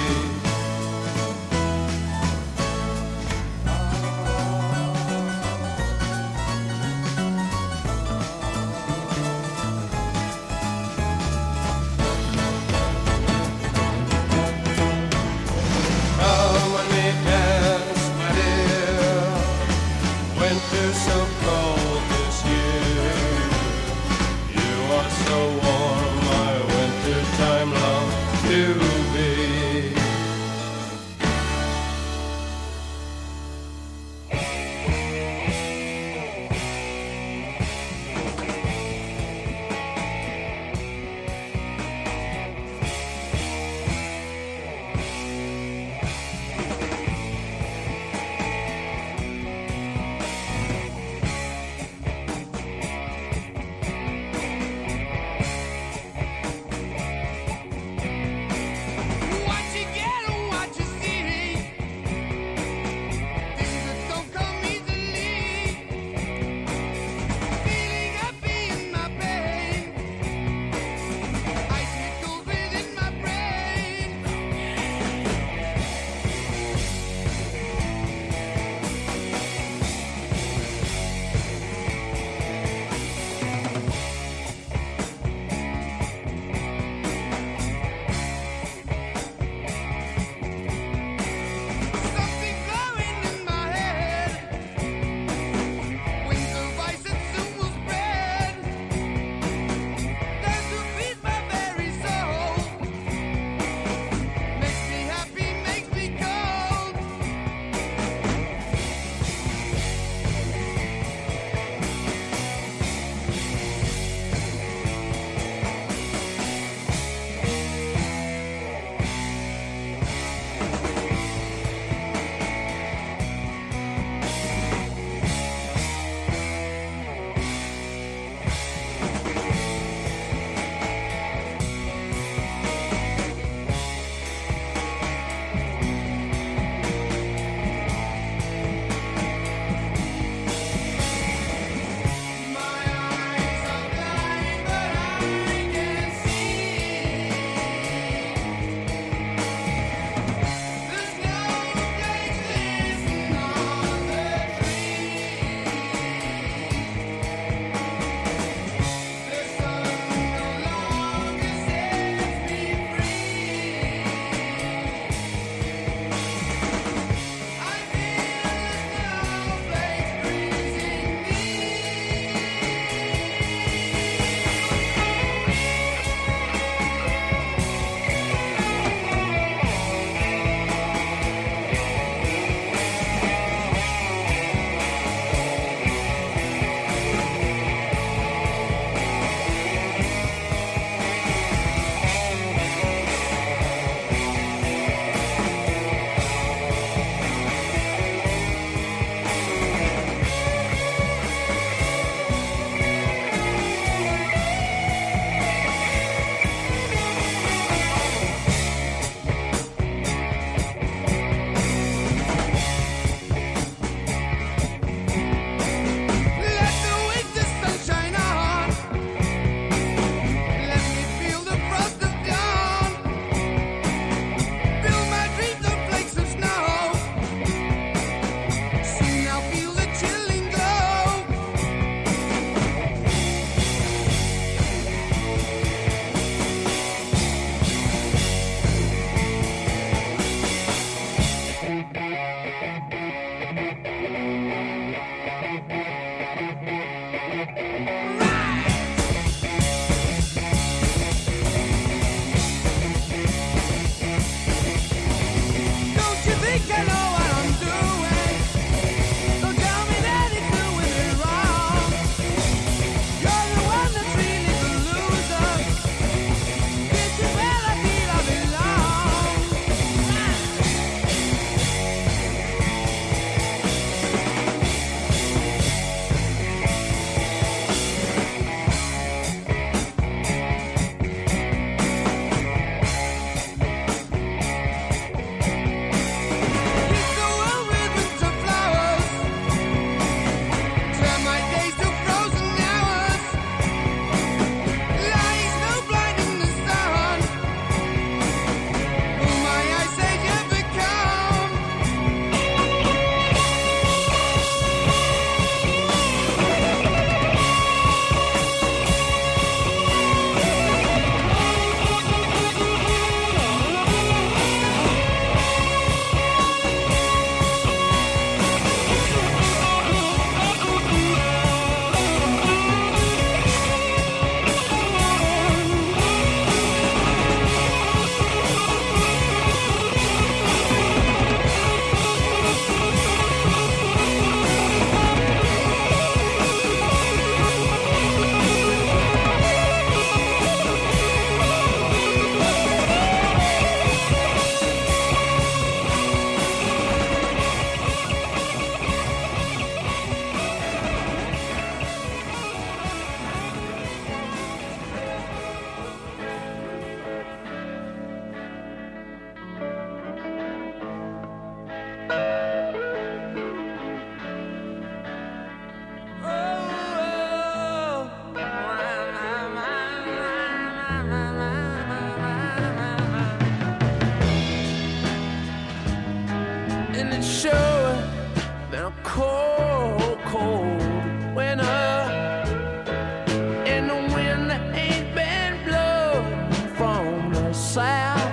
It's sure been a cold, cold winter, and the wind ain't been blowing from the south.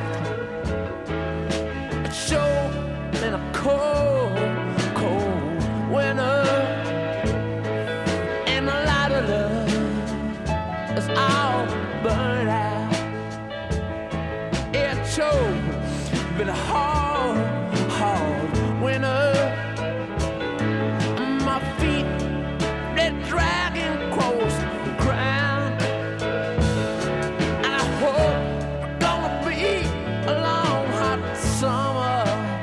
It's sure been a cold, cold winter, and a lot of love is all burned out. It's sure been a hard, hard winter. My feet, they're dragging across the ground, and I hope it's gonna be a long, hot summer,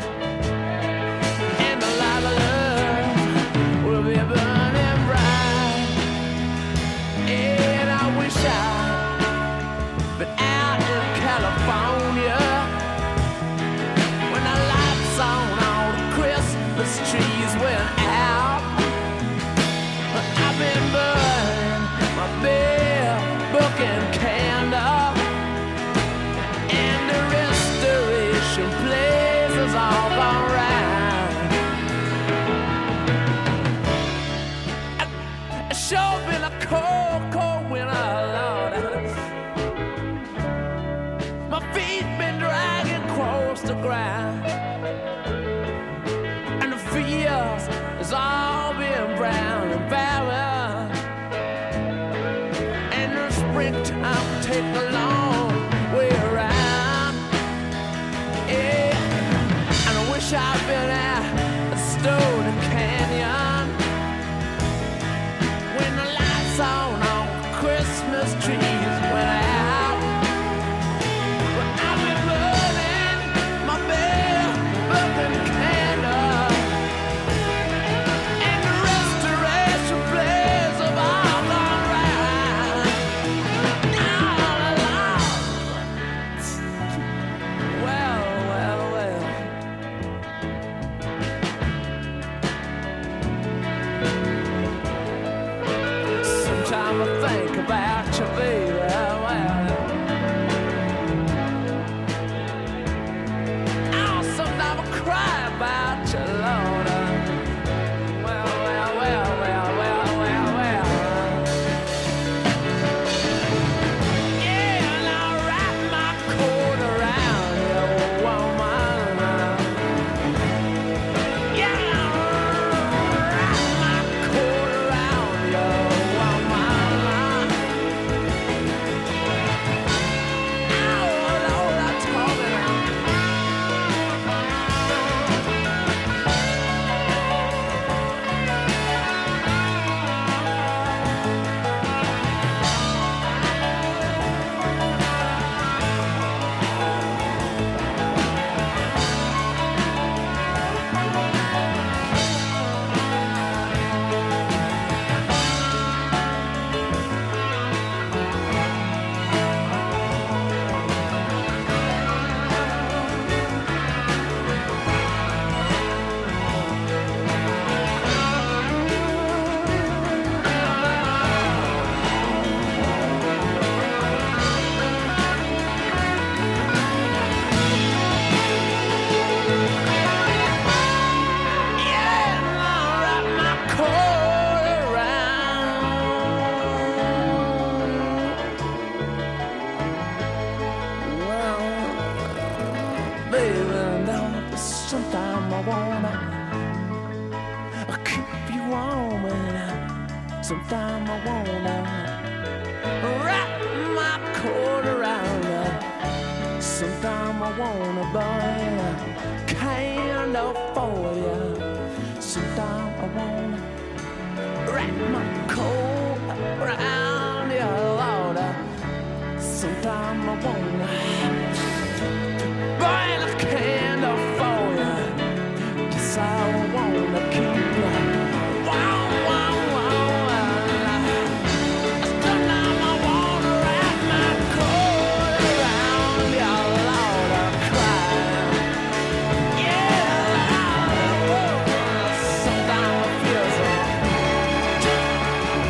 and a lot of love will be burning bright. And I wish I'd been out in California when the lights on all the Christmas trees went out. But I've been burning my beer book and candle, and the restoration place is all gone round. It's sure been a cold, cold winter, Lord. My feet been dragging across the ground, and the fields is all been brown and barren, and the springtime take a long way around. Yeah, and I wish I'd been at a Stone Canyon when the lights on all the Christmas trees went out. But I've been burning my bare burning candle, and the restoration plays of all gone round. All along. Well, well, well. Sometimes I think about you, baby. Well, oh, sometimes I cry about you, Lord. Well, well, well, well, well, well, well. Yeah, and I'll wrap my coat around you, woman. Yeah, I'll wrap my coat around you, woman. Oh, Lord, I told you. Yeah, and I'll wrap my coat around. Well, baby, now sometime I wanna keep you warm, and sometime I wanna wrap my coat around you. Sometime I wanna burn a candle for you. Sometime I wanna wrap my coat around you, Lord. Sometime I wanna burn a candle for you. Yes, I wanna keep you warm, warm, warm. Sometime I wanna wrap my coat around you, Lord. I cry. Yeah, sometimes I feel so.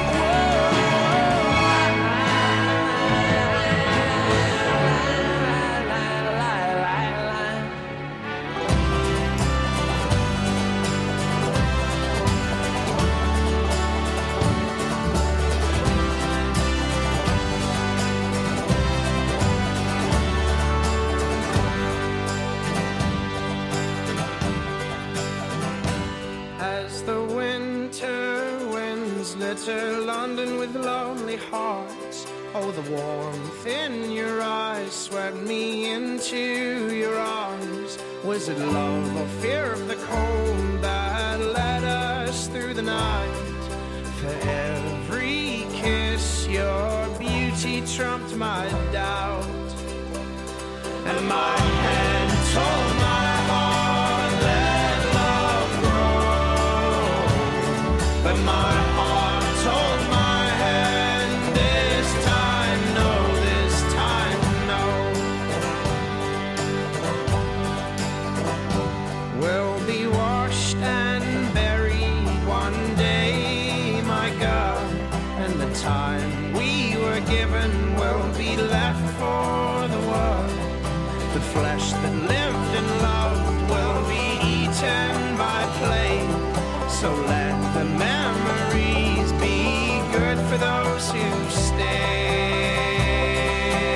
Whoa. enter London with lonely hearts. Oh, the warmth in your eyes swept me into your arms. Was it love or fear of the cold that led us through the night? For every kiss, your beauty trumped my doubt. And my hand told my heart, let love grow. But my heart told my hand, this time no, this time no. We'll be washed and buried one day, my God. And the time we were given will be left for the world. The flesh that lived and loved will be eaten by flame. So let the memories be good for those who stay.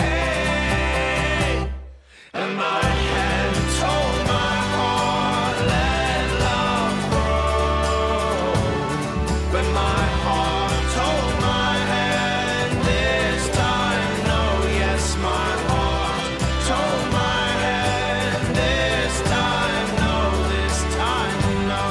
Hey, and my hand told my heart, let love grow. But my heart told my hand, this time no, yes, my heart told my hand, this time no, this time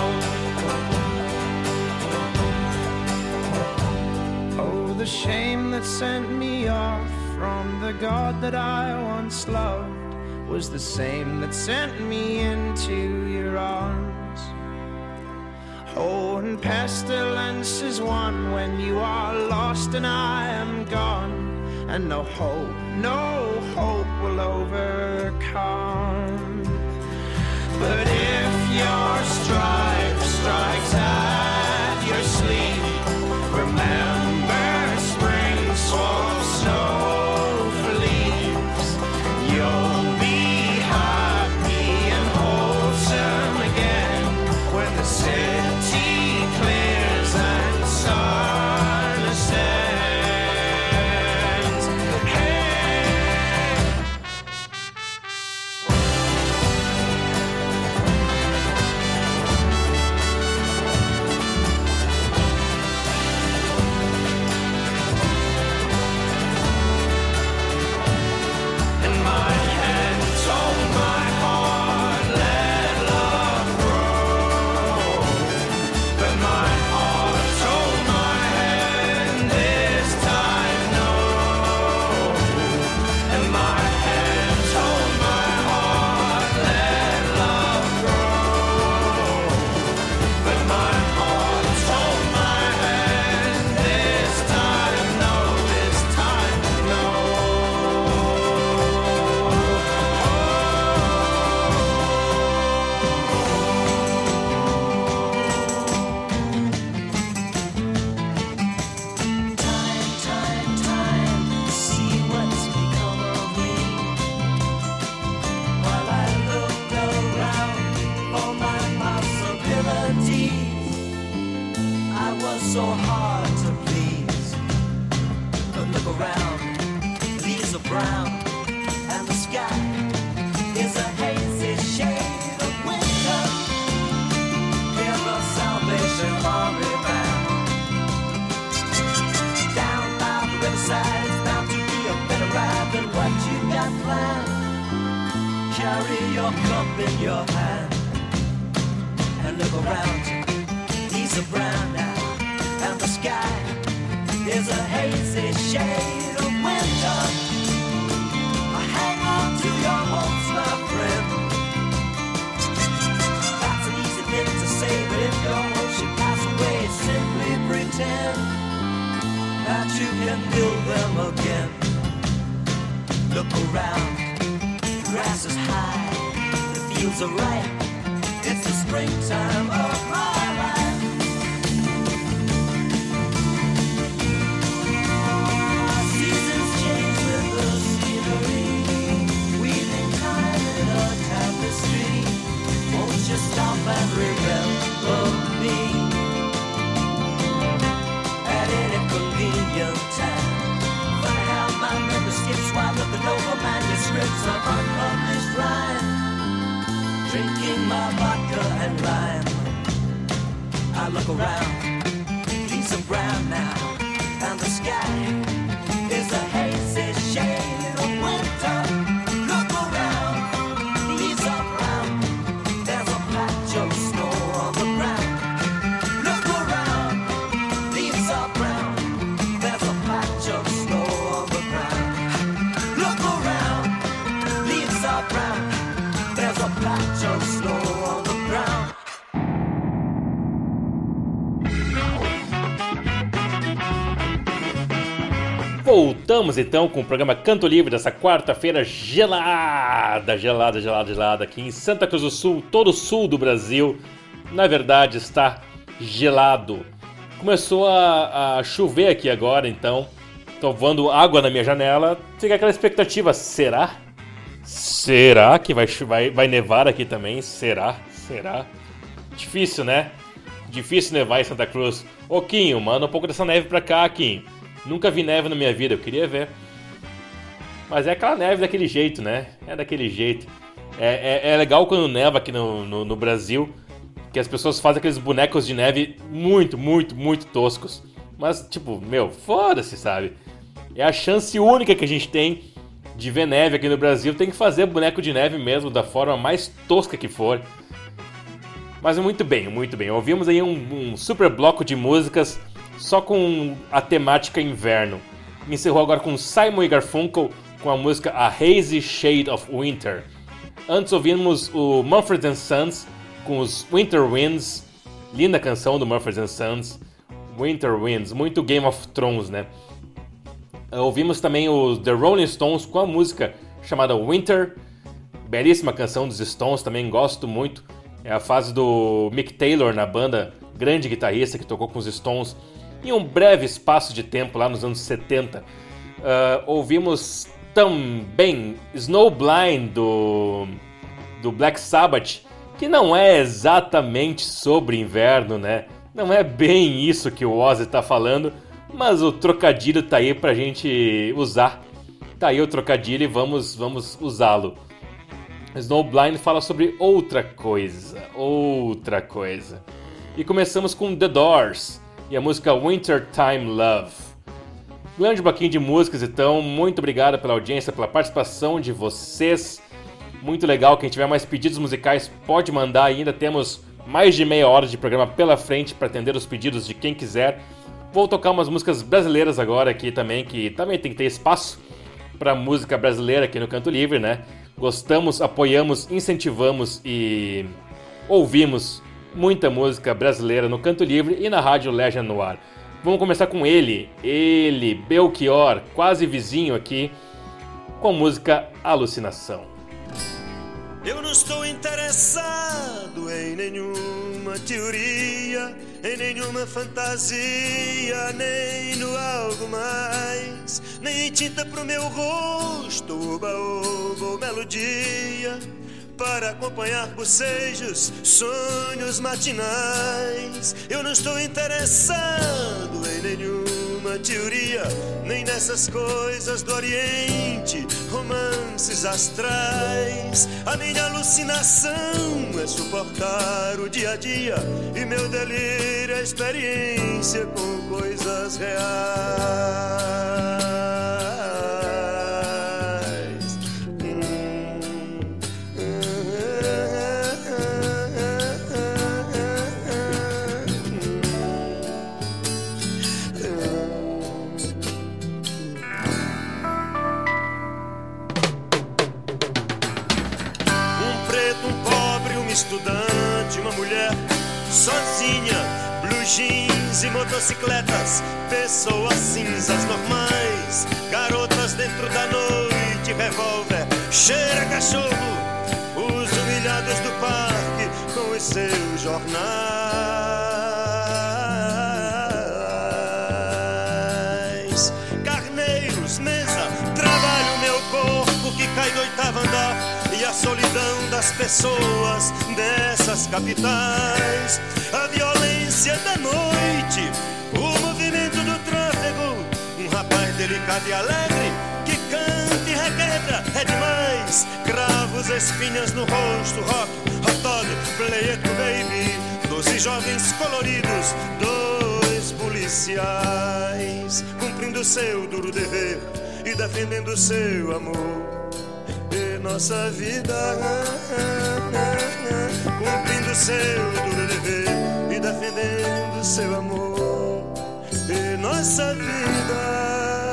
no. Oh, the shame that sent me off from the God that I once loved was the same that sent me into your arms. Oh, and pestilence is one when you are lost and I am gone. And no hope, no hope will overcome. But if your stripe strikes at your sleep, remember spring swamps, snow for leaves. You'll be happy and wholesome again when the city clears and the sun ascends. Hey! And my hand told my heart, let love grow. But my heart told my hand, this time no. And my hand told my heart, let love grow. But my heart told my hand, this time no, this time no. Time, time, time, see what's become of me. While I look around for my possibilities, I was so hard to please. But look around, leaves are brown, and the sky is a hazy shade of winter. Hear the Salvation Army band. Down by the riverside, it's bound to be a better ride than what you got planned. Carry your cup in your hand and look around. Leaves are brown now, and the sky is a hazy shade of winter. Hang on to your hopes, my friend. That's an easy thing to say, but if your hopes should pass away, simply pretend that you can build them again. Look around, the grass is high, the fields are ripe. It's the springtime of my life. Seasons change with the scenery, weaving time in a tapestry. Won't you stop and remember me at any convenient time? Funny how my memory skips while looking over manuscripts of unpublished rhyme. Drinking my vodka and lime, I look around. These leaves are brown now, and the sky is a hazy shade of winter. Look around, leaves are brown, there's a patch of snow on the ground. Look around, leaves are brown, there's a patch of snow on the ground. Look around, leaves are brown, there's a patch of snow on the ground. Voltamos então com o programa Canto Livre dessa quarta-feira gelada, gelada, gelada, gelada aqui em Santa Cruz do Sul, todo o sul do Brasil, na verdade está gelado. Começou a, a chover aqui agora, então tô voando água na minha janela, fica aquela expectativa, será? Será que vai, vai, vai nevar aqui também? Será? Será? Difícil, né? Difícil nevar em Santa Cruz. Ô Quinho, manda um pouco dessa neve pra cá, Quinho. Nunca vi neve na minha vida, eu queria ver. Mas é aquela neve daquele jeito, né? É daquele jeito. É, é, é legal quando neva aqui no, no, no Brasil, que as pessoas fazem aqueles bonecos de neve muito, muito, muito toscos. Mas, tipo, meu, foda-se, sabe? É a chance única que a gente tem de ver neve aqui no Brasil. Tem que fazer boneco de neve mesmo, da forma mais tosca que for. Mas muito bem, muito bem. Ouvimos aí um, um super bloco de músicas só com a temática inverno. Encerrou agora com Simon e Garfunkel com a música A Hazy Shade of Winter. Antes ouvimos o Mumford and Sons com os Winter Winds. Linda canção do Mumford and Sons. Winter Winds, muito Game of Thrones, né? Ouvimos também os The Rolling Stones com a música chamada Winter. Belíssima canção dos Stones, também gosto muito. É a fase do Mick Taylor na banda, grande guitarrista que tocou com os Stones em um breve espaço de tempo lá nos anos setenta. Uh, ouvimos também Snowblind do, do Black Sabbath, que não é exatamente sobre inverno, né? Não é bem isso que o Ozzy tá falando, mas o trocadilho tá aí pra gente usar. Tá aí o trocadilho e vamos, vamos usá-lo. Snowblind fala sobre outra coisa, outra coisa. E começamos com The Doors e a música Wintertime Love. Grande bloquinho de músicas, então, muito obrigado pela audiência, pela participação de vocês. Muito legal, quem tiver mais pedidos musicais pode mandar, ainda temos mais de meia hora de programa pela frente para atender os pedidos de quem quiser. Vou tocar umas músicas brasileiras agora aqui também, que também tem que ter espaço para música brasileira aqui no Canto Livre, né? Gostamos, apoiamos, incentivamos e ouvimos muita música brasileira no Canto Livre e na Rádio Legend no Ar. Vamos começar com ele, ele, Belchior, quase vizinho aqui, com a música Alucinação. Eu não estou interessado em nenhuma teoria, em nenhuma fantasia, nem no algo mais, nem em tinta pro meu rosto, oba-oba ou melodia, para acompanhar bocejos, sonhos matinais. Eu não estou interessado em nenhuma teoria, nem nessas coisas do Oriente, romances astrais. A minha alucinação é suportar o dia a dia, e meu delírio é experiência com coisas reais. Estudante, uma mulher sozinha, blue jeans e motocicletas, pessoas cinzas normais, garotas dentro da noite, revólver, cheira cachorro, os humilhados do parque com os seus jornais, carneiros, mesa, trabalho meu corpo que cai do oitavo andar, e a solidão das pessoas dessas capitais, a violência da noite, o movimento do tráfego, um rapaz delicado e alegre que canta e requebra, é demais, cravos, espinhas no rosto, rock, hot dog, play it baby, doze jovens coloridos, dois dois policiais, cumprindo seu duro dever e defendendo seu amor e nossa vida, cumprindo seu duro dever e defendendo seu amor e nossa vida.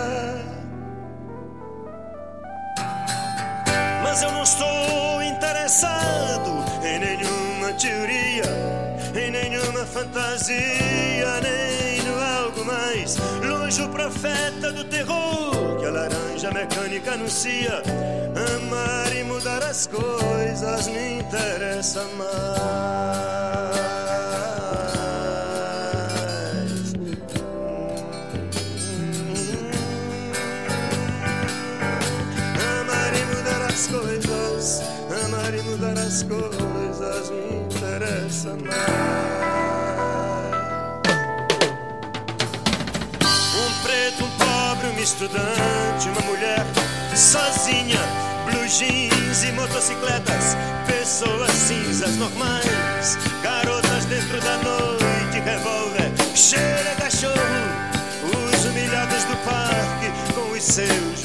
Mas eu não estou interessado em nenhuma teoria, em nenhuma fantasia, nem no algo mais longe o profeta do terror que a laranja mecânica anuncia. Amar e mudar as coisas me interessa mais. Amar e mudar as coisas, amar e mudar as coisas me interessa mais. Um preto, um pobre, um estudante, uma mulher sozinha, blue jeans e motocicletas, pessoas cinzas normais, garotas dentro da noite, revólver, cheira a cachorro, os humilhados do parque com os seus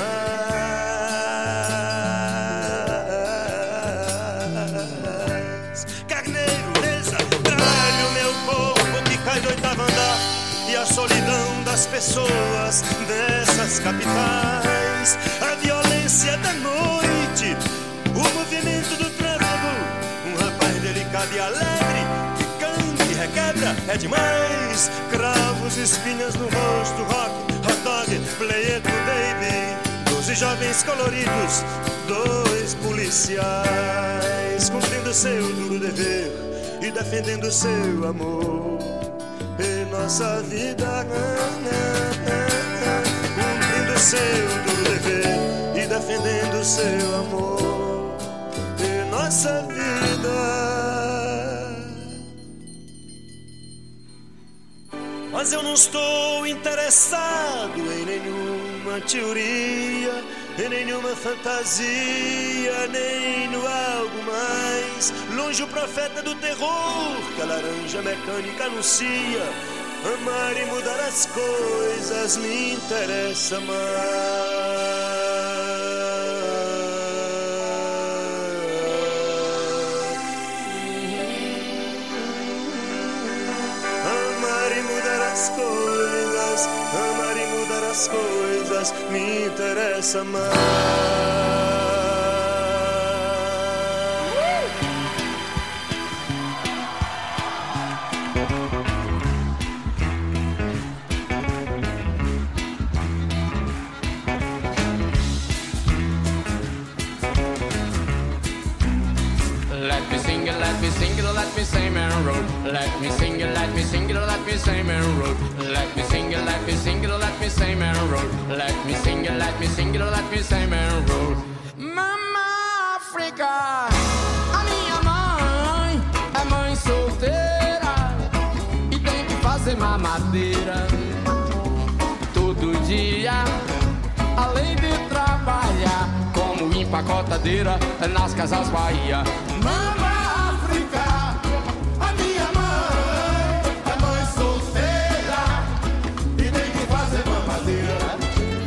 jornais. Carneiro, mesa, trabalho meu corpo que cai do oitavo andar e a solidão das pessoas dessas capitais, a violência da noite, o movimento do tráfego, um rapaz delicado e alegre que canta e requebra é demais, cravos, espinhas no rosto, rock, hot dog, play it baby, doze jovens coloridos, dois policiais, cumprindo seu duro dever e defendendo seu amor e nossa vida, cumprindo seu duro dever e defendendo seu amor e nossa vida. Mas eu não estou interessado em nenhuma teoria, em nenhuma fantasia, nem no algo mais longe o profeta do terror que a laranja mecânica anuncia. Amar e mudar as coisas me interessa mais. Amar e mudar as coisas, amar e mudar as coisas me interessa mais. Let me sing it, let me sing it, let me say man road. Let me sing it, let me sing it, let me say man road. Let me sing it, let me sing it, let me say man road. Let me sing it, let me sing it, let me say man road. Mama África, a minha mãe é mãe solteira e tem que fazer mamadeira todo dia, além de trabalhar como empacotadeira nas casas Bahia. Mama África, a minha mãe é mãe solteira e tem que fazer mamadeira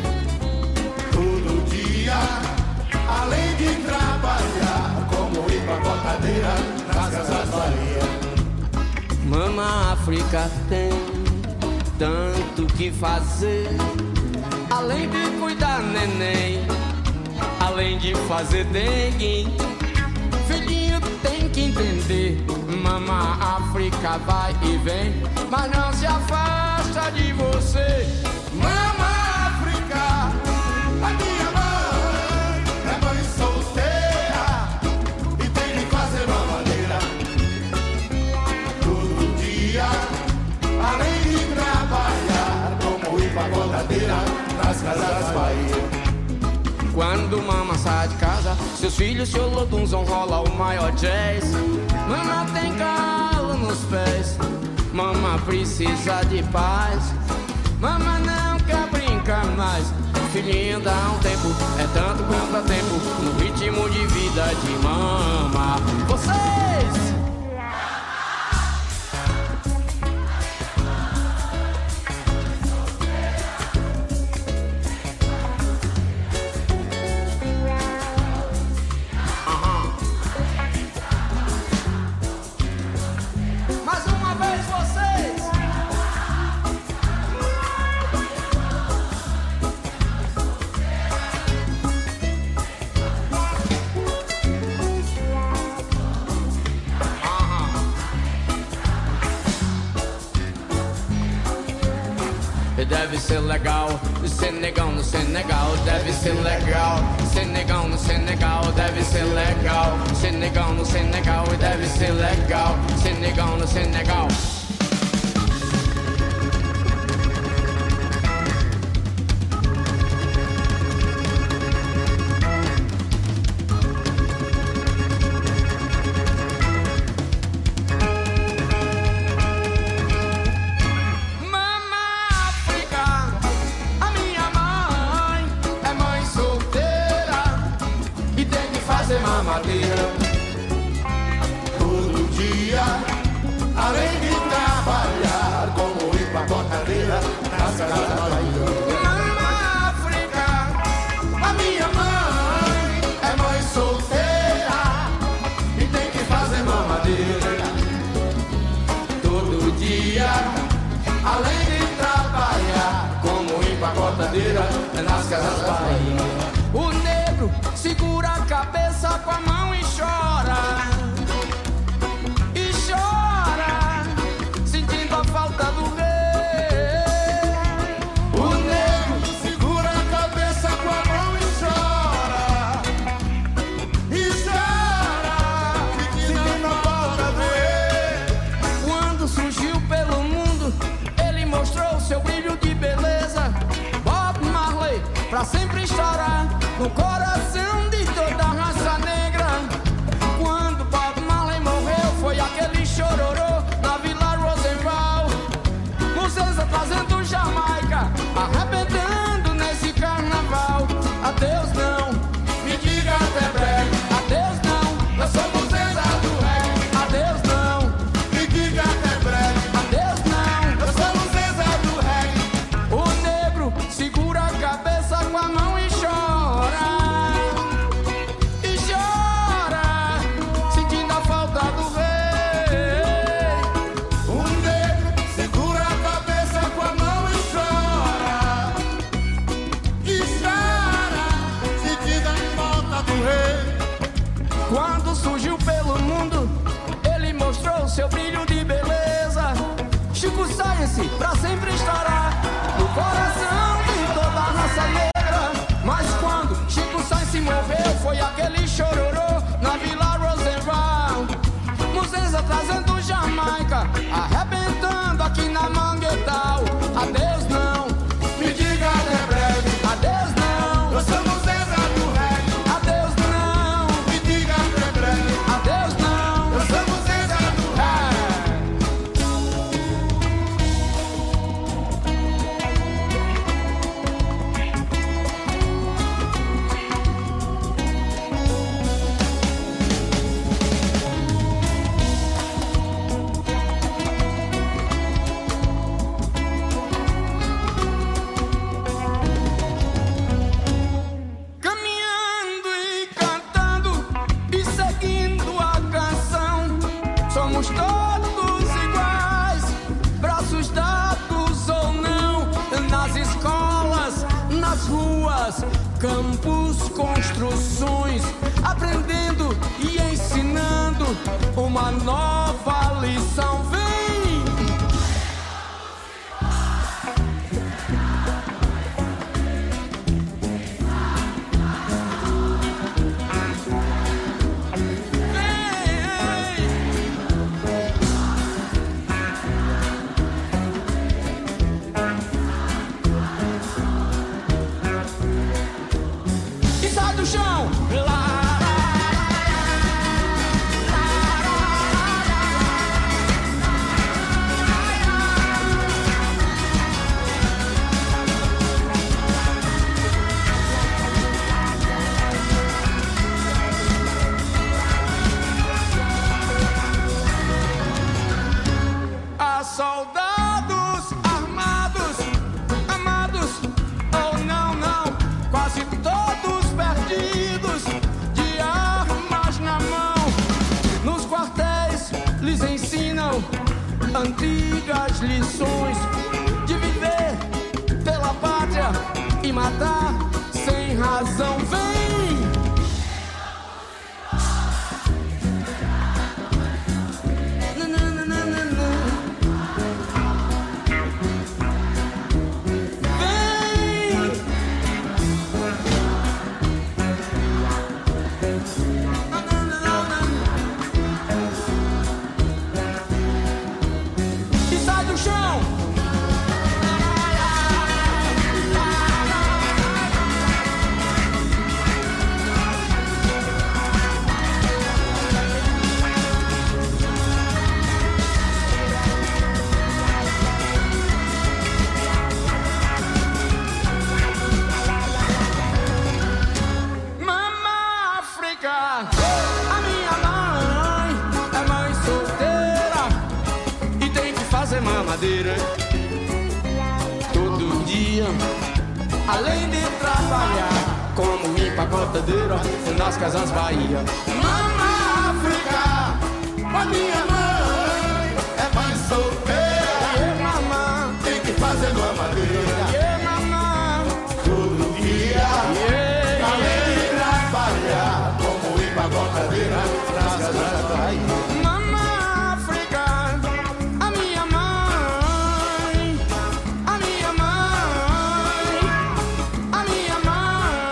todo dia, além de trabalhar como empacotadeira nas casas Bahia. Mama África tem tanto que fazer, além de cuidar neném, além de fazer dengue. Filhinho tem que entender, Mama África vai e vem, mas não se afasta de você. Mama África, a minha mãe é mãe solteira e tem que fazer mamadeira todo dia, além de trabalhar como empacotadeira nas casas Bahia. Quando mama sai de casa, seus filhos se olodunzam, rola o maior jazz. Mama tem calo nos pés, mama precisa de paz. Mama não quer brincar mais, filhinho dá um tempo, é tanto quanto há tempo, no ritmo de vida de mama. Vocês! deve ser legal. Ser negão no Senegal deve ser legal. Ser negão no Senegal deve ser legal. Ser negão no Senegal deve ser legal. Ser negão no Senegal. Todo dia, além de trabalhar como empacotadeira nas casas da Bahia. Mama África, a minha mãe é mãe solteira e tem que fazer mamadeira. Todo dia, além de trabalhar como empacotadeira nas casas da Bahia. O negro segura a cabeça com a mão e chora. E chora, sentindo a falta do rei. O negro segura a cabeça com a mão e chora. E chora, sentindo a falta do rei. Quando surgiu pelo mundo, ele mostrou seu brilho de beleza. Bob Marley, pra sempre estará no coração de toda a raça negra. Quando Bob Marley morreu, foi aquele chororô na Vila Rosenval. Muzenza trazendo Jamaica, arrebentando nesse carnaval. Adeus não, me diga até breve. Adeus não, eu sou Muzenza do reggae. Adeus não, me diga até breve. Adeus não, eu sou Muzenza do reggae. O negro segura a cabeça com a mão e chora. E chora, sentindo a falta do rei. O negro segura a cabeça com a mão e chora. E chora, sentindo a falta do rei. Quando surgiu pelo mundo, ele mostrou seu brilho de beleza. Chico Science pra sempre estará no coração de toda a raça negra. Mas quando Chico Science morreu, foi aquele chororô na Vila Rosenval. Muzenza trazendo Jamaica, arrebentando aqui na Manguetal. Adeus não, me diga até breve. Adeus não, eu sou Muzenza do reggae. Adeus não, me diga até breve. Adeus não, eu sou Muzenza do caminhando e cantando e seguindo a canção. Somos todos iguais, braços dados ou não. Nas escolas, nas ruas, campos, construções, aprendendo e ensinando uma nova lição. Vem! E sai do chão! A soldados armados, amados ou não, não, quase todos perdidos, de armas na mão. Nos quartéis lhes ensinam antigas lições de viver pela pátria e matar sem razão. Vem! E sai do chão. Mama África, a minha mãe é mãe solteira e tem que fazer mamadeira todo dia, além de trabalhar como empacotadeira nas casas Bahia. Mama África, a minha mãe é mãe solteira, e mamãe tem que fazer mamadeira, e mamãe todo dia, além de trabalhar como empacotadeira nas casas Bahia. Mama África, a minha mãe, a minha mãe, a minha mãe.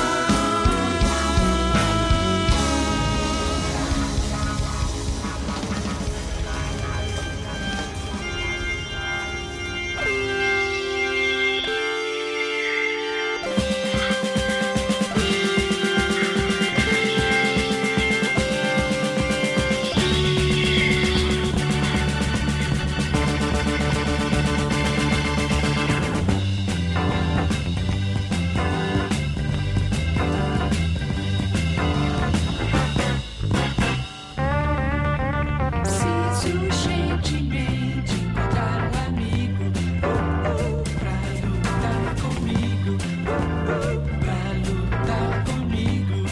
Preciso urgentemente encontrar um amigo, oh, oh, pra lutar comigo, oh, oh, pra lutar comigo.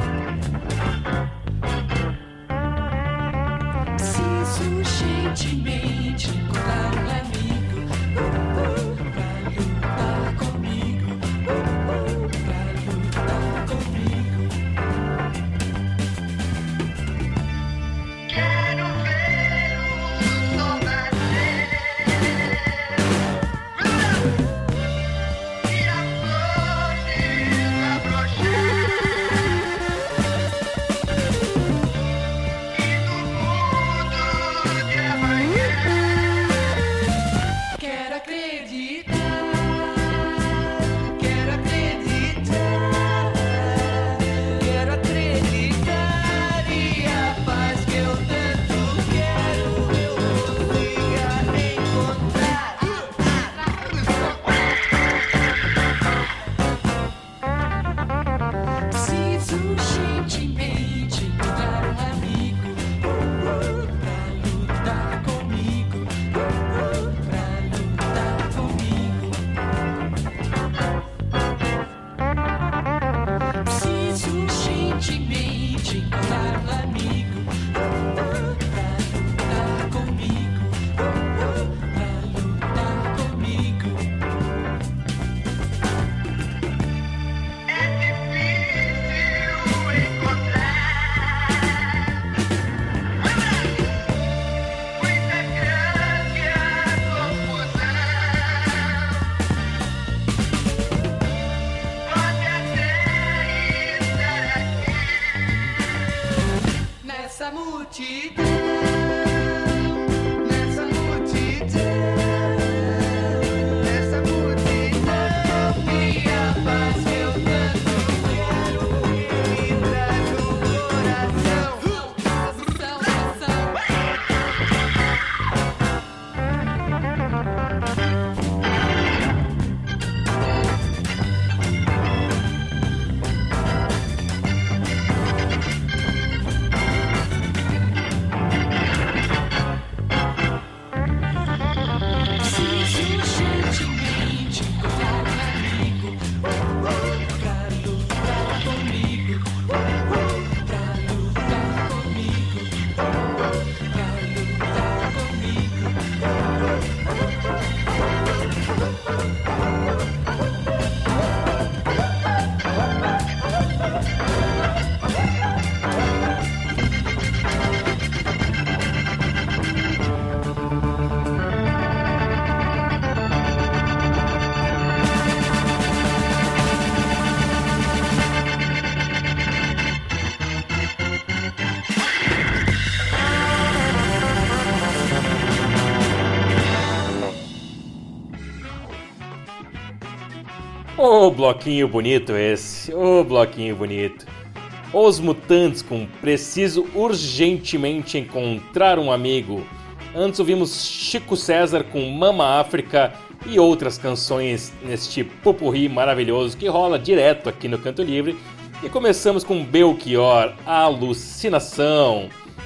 Preciso urgentemente encontrar um amigo, oh, oh, pra lutar comigo, oh, oh, pra lutar comigo. Quero ver o sol nascer e a flor desabrochar, e no mundo de amanhã quero acreditar, quero acreditar, quero acreditar, e a paz que eu tanto quero eu consiga encontrar. Preciso urgentemente encontrar um amigo, oh, oh, pra lutar comigo, oh, oh, pra lutar comigo. Preciso urgentemente encontrar um amigo, oh, oh, pra lutar comigo, oh, oh, pra lutar comigo. Nessa multidão, nessa multidão, nessa multidão, e a paz que eu tanto quero entra no coração. Ô, oh, bloquinho bonito esse, ô, oh, bloquinho bonito. Os Mutantes com Preciso Urgentemente Encontrar um Amigo. Antes ouvimos Chico César com Mama África e outras canções neste popurrí maravilhoso que rola direto aqui no Canto Livre. E começamos com Belchior, Alucinação.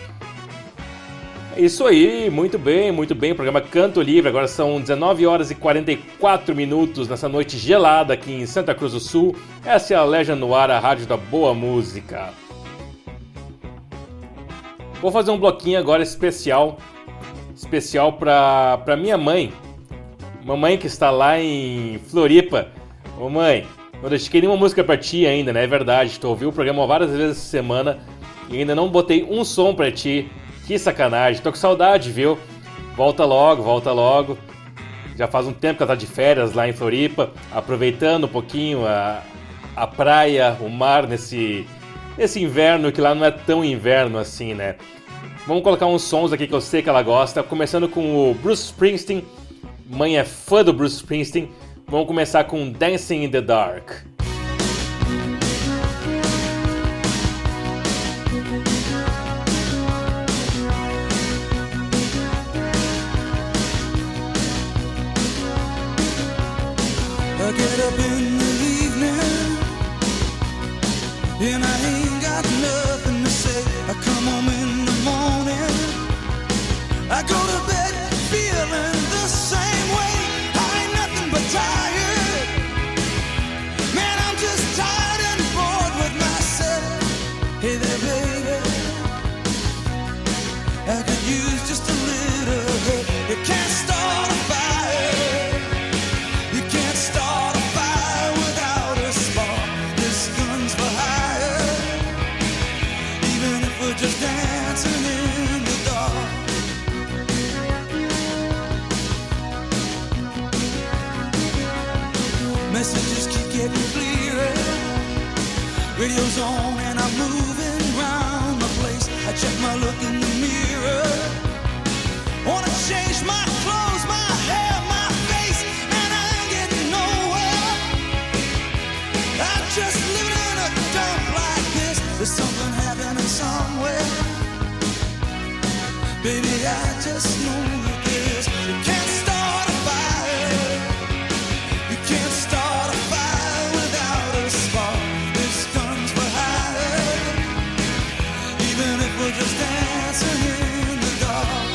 Isso aí, muito bem, muito bem, o programa Canto Livre, agora são dezenove horas e quarenta e quatro minutos nessa noite gelada aqui em Santa Cruz do Sul. Essa é a Legend no Ar, a rádio da boa música. Vou fazer um bloquinho agora especial, especial pra, pra minha mãe, mamãe que está lá em Floripa. Ô mãe, não dediquei nenhuma música pra ti ainda, né? É verdade, estou ouvindo o programa várias vezes essa semana e ainda não botei um som pra ti. Que sacanagem, tô com saudade, viu? Volta logo, volta logo. Já faz um tempo que ela tá de férias lá em Floripa, aproveitando um pouquinho a, a praia, o mar nesse, nesse inverno, que lá não é tão inverno assim, né? Vamos colocar uns sons aqui que eu sei que ela gosta, começando com o Bruce Springsteen. Mãe é fã do Bruce Springsteen. Vamos começar com Dancing in the Dark. I get up in the evening and I ain't got nothing to say. I come home in the morning, I go to bed feeling the same way. I ain't nothing but tired, man, I'm just tired and bored with myself. Hey there baby, I could use just a little help. You can't start a fire, you can't start a fire without a spark. This gun's for hire, even if we're just dancing in the dark. Messages keep getting clearer, radio's on and I'm moving round the place. I check my look in the mirror, wanna change my clothes, my hair, my face, and I ain't getting nowhere. I'm just living in a dump like this. There's something happening somewhere, baby, I just know that this. You can't start a fire, you can't start a fire without a spark. This gun's for hire, even if we're just dancing in the dark.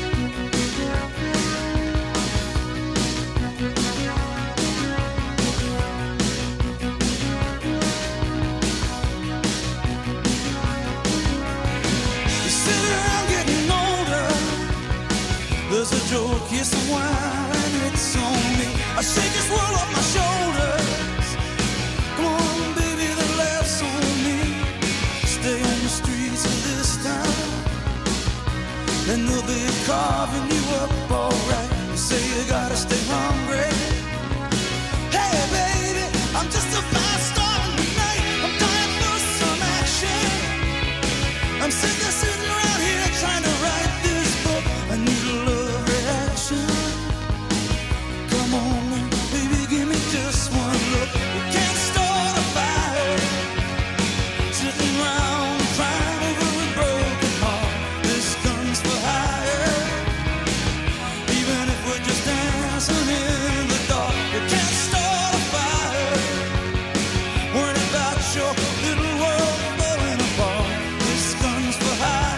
You sit around getting older, there's a joke, yes, a wine, it's on me. I shake this world off my shoulders. Come on, baby, the laughs on me. Stay on the streets of this town, and they'll be carving you up alright. You say you gotta stay hungry. Hey, baby, I'm just a fast star in the night. I'm dying for some action. I'm sick of sitting around here trying to write this book. I need a love reaction. Come on, baby, give me just one look. We can't start a fire, sitting around crying over a broken heart. This gun's for hire, even if we're just dancing in the dark. You can't start a fire, worrying about your little world falling apart. This gun's for hire.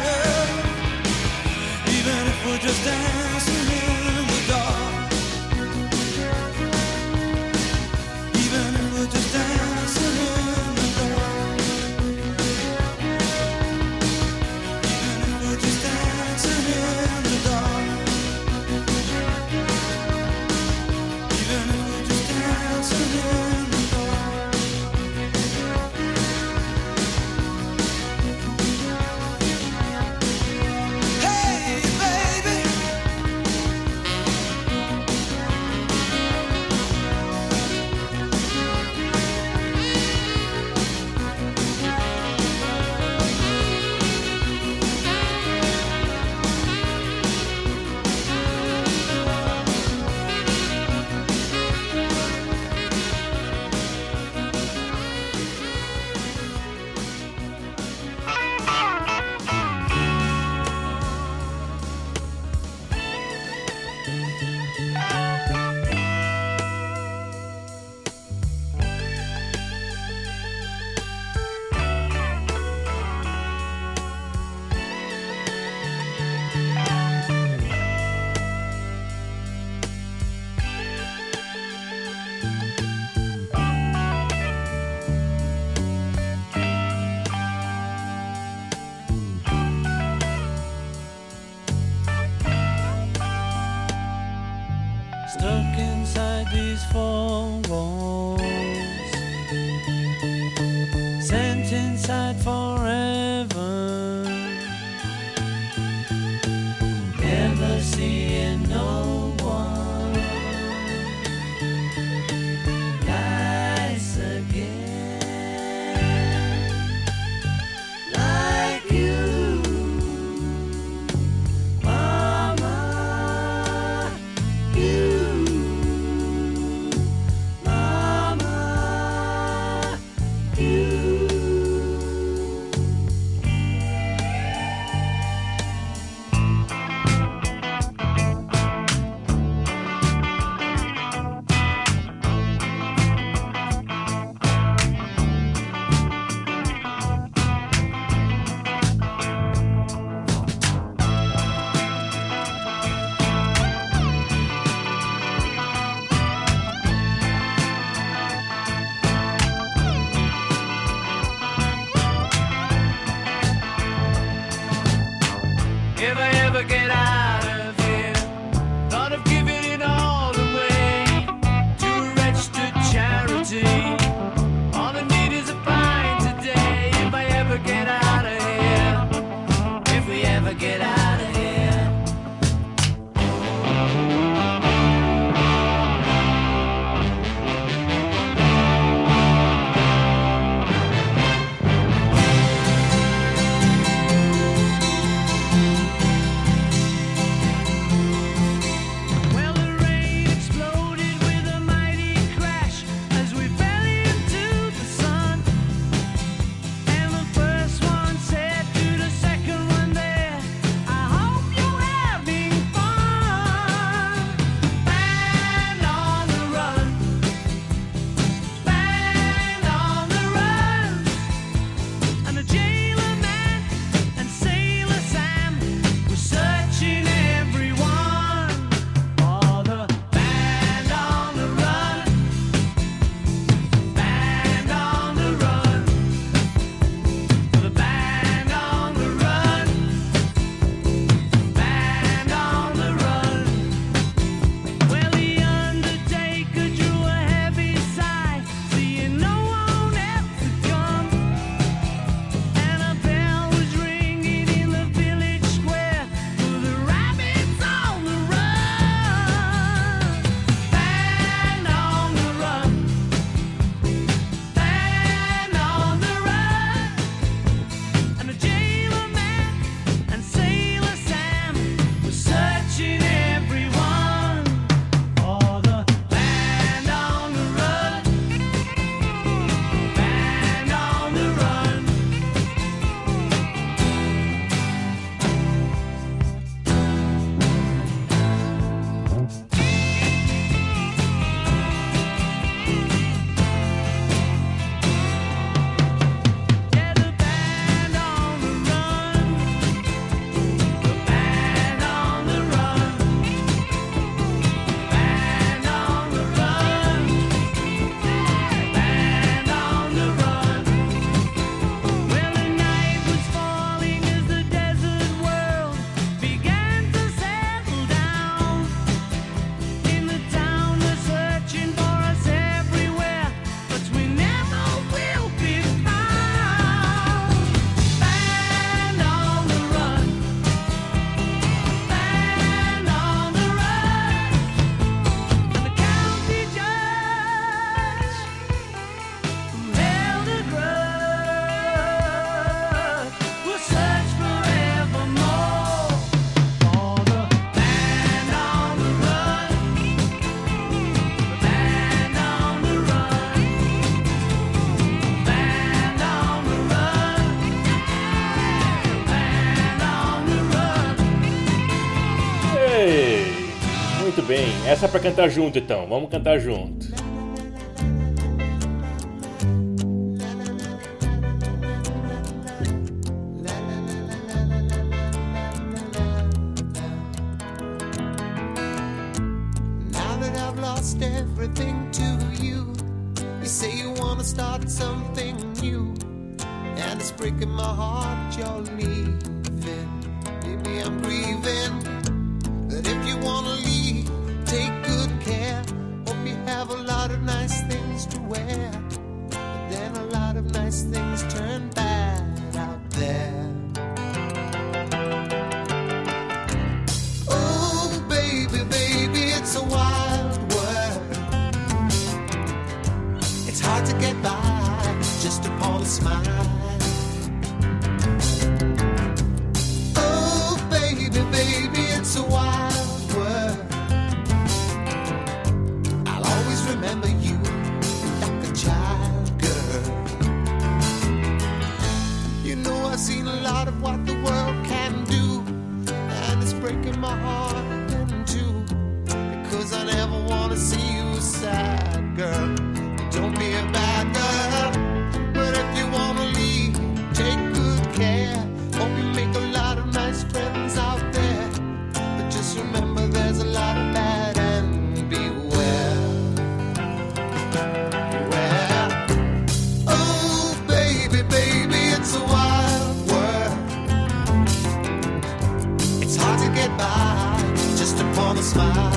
stuck inside these four walls, sent inside forever, never seeing no one nice again like you, Mama, you, Mama, you. If I ever get out of here, thought of giving it all away to a registered charity. All I need is a pint today. If I ever get out of here, if we ever get out of here. Well, the rain exploded with a mighty crash as we fell into the sun. And the first one said to the second one there, I hope you're having fun. Band on the run, band on the run. And the jailer man and Sailor Sam were searching everyone for the band on the run, band on the run, for the band on the run, band on the run. Well, the undertaker drew a heavy sigh, seeing no one else had come. And a bell was ringing in the village square for the rabbits on the run. Band on the run, band on the run. And the jailer man and Sailor Sam were searching everyone for the band on the run, band on the run. Yeah, the band on the run, the band on the run, band on the run, band on the run. Well, the night was falling as the desert world began to settle down. In the town they're searching for us everywhere, but we never will be found. Band on the run, band on the run. And the county judge who held a grudge will search forevermore for the band on the run, the band on the run, band on the run, band on the run. Ei, muito bem. Essa é pra cantar junto então. Vamos cantar junto. Now that I've lost everything to you, you say you wanna start something new, and it's breaking my heart you're leaving. Baby, I'm grieving that if you wanna leave, take good care. my heart in two, because I never want to see you sad, girl. Don't be a bad girl, but if you want to leave, take good care. Hope you make a lot of nice friends out there, but just remember there's a lot of bad and beware. Beware. Oh baby, baby, it's a wild world. It's hard to get by just upon a smile.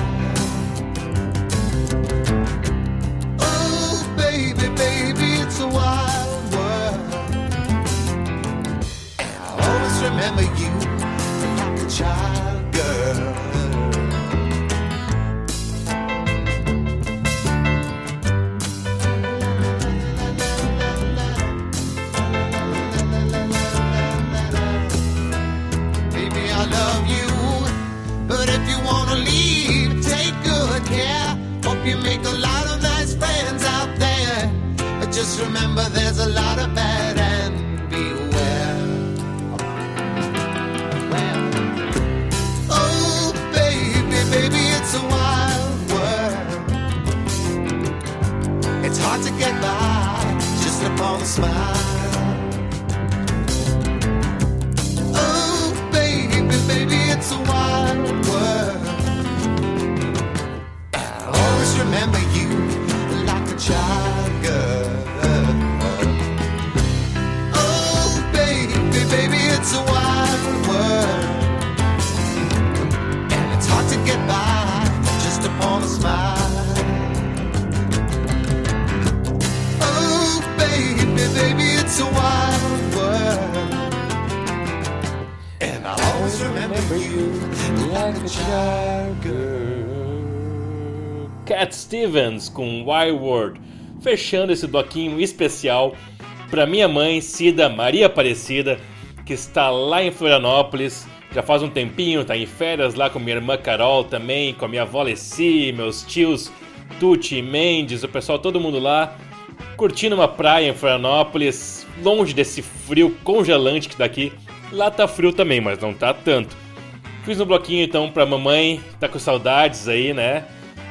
Oh baby, baby, it's a wild world. And I'll always remember you like a child, girl. Baby, I love you, but if you wanna leave, take good care. Hope you make a lot of nice friends out there, but just remember there's a lot of bad and beware. Oh baby, baby, it's a wild world. It's hard to get by just upon a smile. Oh baby, baby, it's a wild world. I'll always remember you like a child, girl. Oh baby, baby, it's a wild world, and it's hard to get by just upon a smile. Oh baby, baby, it's a wild world, and I'll always remember you like a child, girl. Cat Stevens com Wild World, fechando esse bloquinho especial para minha mãe Cida Maria Aparecida, que está lá em Florianópolis, já faz um tempinho, tá em férias lá com minha irmã Carol também, com a minha avó Leci, meus tios Tuti e Mendes, o pessoal, todo mundo lá, curtindo uma praia em Florianópolis, longe desse frio congelante que daqui. Lá tá frio também, mas não tá tanto. Fiz um bloquinho então pra mamãe, tá com saudades aí, né?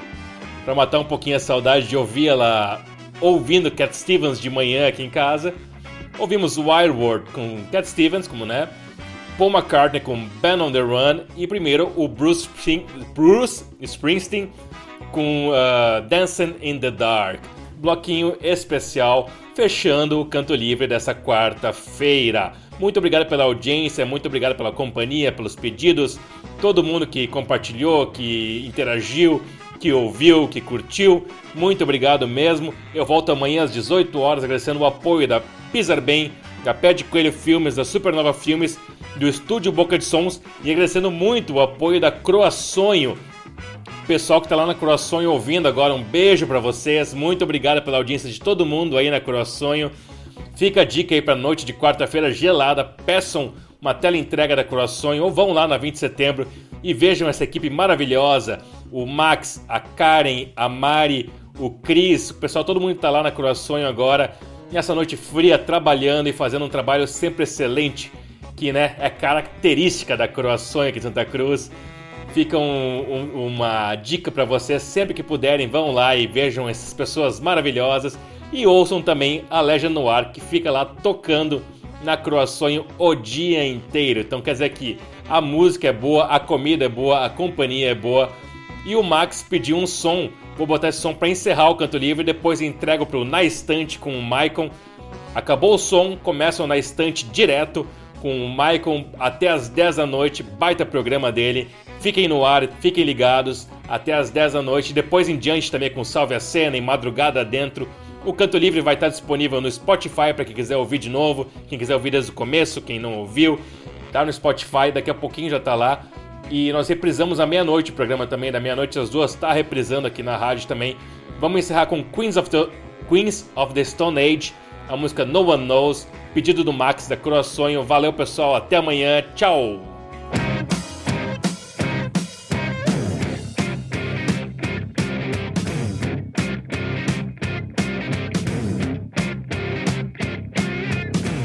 Pra matar um pouquinho a saudade de ouvir ela ouvindo Cat Stevens de manhã aqui em casa. Ouvimos Wild World com Cat Stevens, como né? Paul McCartney com Band on the Run. E primeiro o Bruce, Spring- Bruce Springsteen com uh, Dancing in the Dark. Bloquinho especial, fechando o Canto Livre dessa quarta-feira. Muito obrigado pela audiência, muito obrigado pela companhia, pelos pedidos. Todo mundo que compartilhou, que interagiu, que ouviu, que curtiu, muito obrigado mesmo. Eu volto amanhã às dezoito horas agradecendo o apoio da Pisar Bem, da Pé de Coelho Filmes, da Supernova Filmes, do Estúdio Boca de Sons e agradecendo muito o apoio da Croaçonho. Pessoal que está lá na Croaçonho ouvindo agora, um beijo para vocês, muito obrigado pela audiência de todo mundo aí na Croaçonho. Fica a dica aí para noite de quarta-feira gelada, peçam uma tela entrega da Croaçonho ou vão lá na vinte de setembro e vejam essa equipe maravilhosa, o Max, a Karen, a Mari, o Cris, o pessoal, todo mundo está lá na Croaçonho agora, nessa noite fria, trabalhando e fazendo um trabalho sempre excelente, que né, é característica da Croaçonho aqui de Santa Cruz. Fica um, um, uma dica para vocês, sempre que puderem, vão lá e vejam essas pessoas maravilhosas e ouçam também a Legend Noir, que fica lá tocando na Croaçonho o dia inteiro. Então quer dizer que a música é boa, a comida é boa, a companhia é boa. E o Max pediu um som, vou botar esse som para encerrar o Canto Livre, depois entrego pro Na Estante com o Maicon. Acabou o som, começam Na Estante direto com o Maicon até as dez da noite, baita programa dele. Fiquem no ar, fiquem ligados até as dez da noite, depois em diante também com Salve a Cena e Madrugada Dentro. O Canto Livre vai estar disponível no Spotify para quem quiser ouvir de novo, quem quiser ouvir desde o começo, quem não ouviu, tá no Spotify, daqui a pouquinho já tá lá. E nós reprisamos à meia-noite o programa também, da meia-noite às duas, tá reprisando aqui na rádio também. Vamos encerrar com Queens of the, Queens of the Stone Age, a música No One Knows, pedido do Max da Croaçonho. Valeu pessoal, até amanhã, tchau!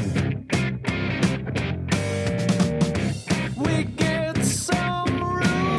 We get some room.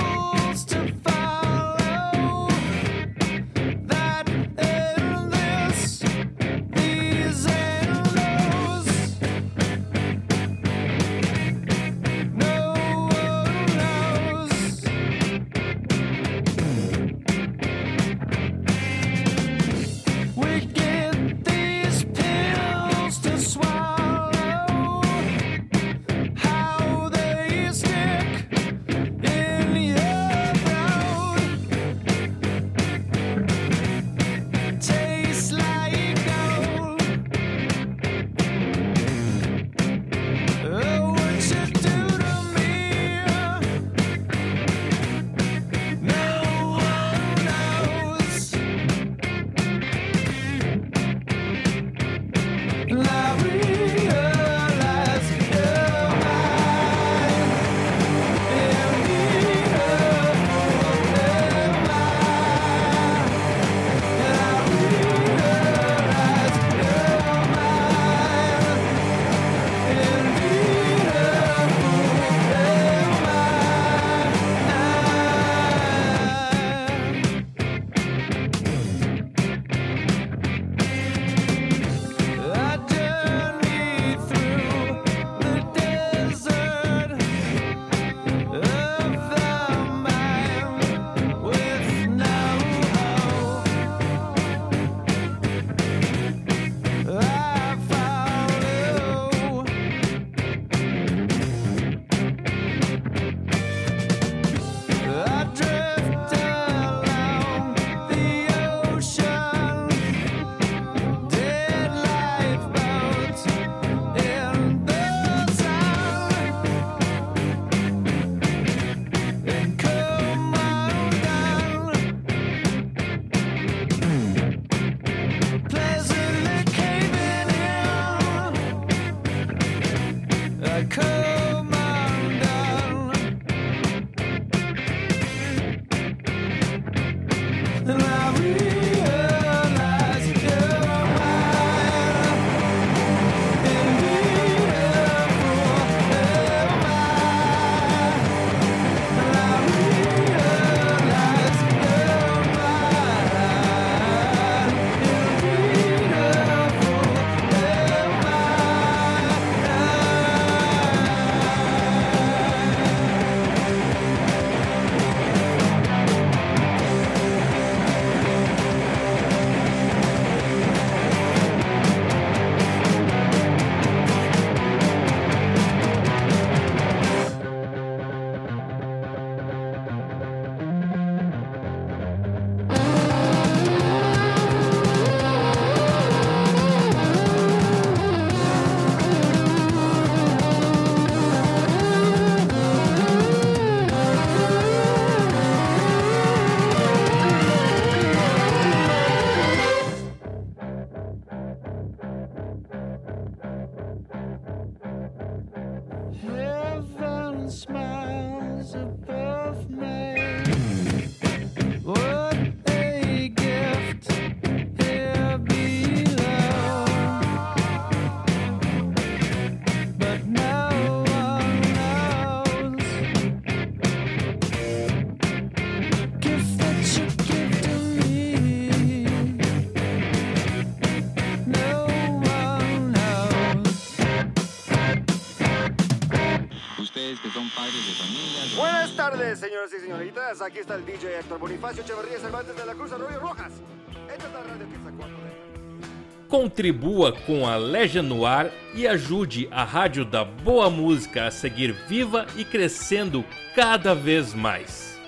ustedes que son padres de familia. Buenas tardes, señoras y señoritas. Aquí está el D J Héctor Bonifacio Echeverría Cervantes de la Cruz Arroyo Rojas. Esta es la radio que sacó. Contribua com a Legend no Ar e ajude a Rádio da Boa Música a seguir viva e crescendo cada vez mais.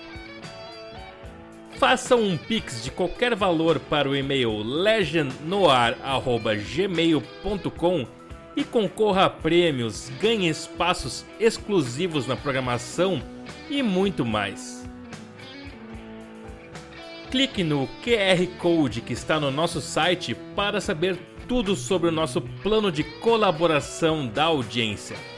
Faça um pix de qualquer valor para o e-mail legend noar arroba gmail ponto com e concorra a prêmios, ganhe espaços exclusivos na programação e muito mais. Clique no Q R Code que está no nosso site para saber tudo sobre o nosso plano de colaboração da audiência.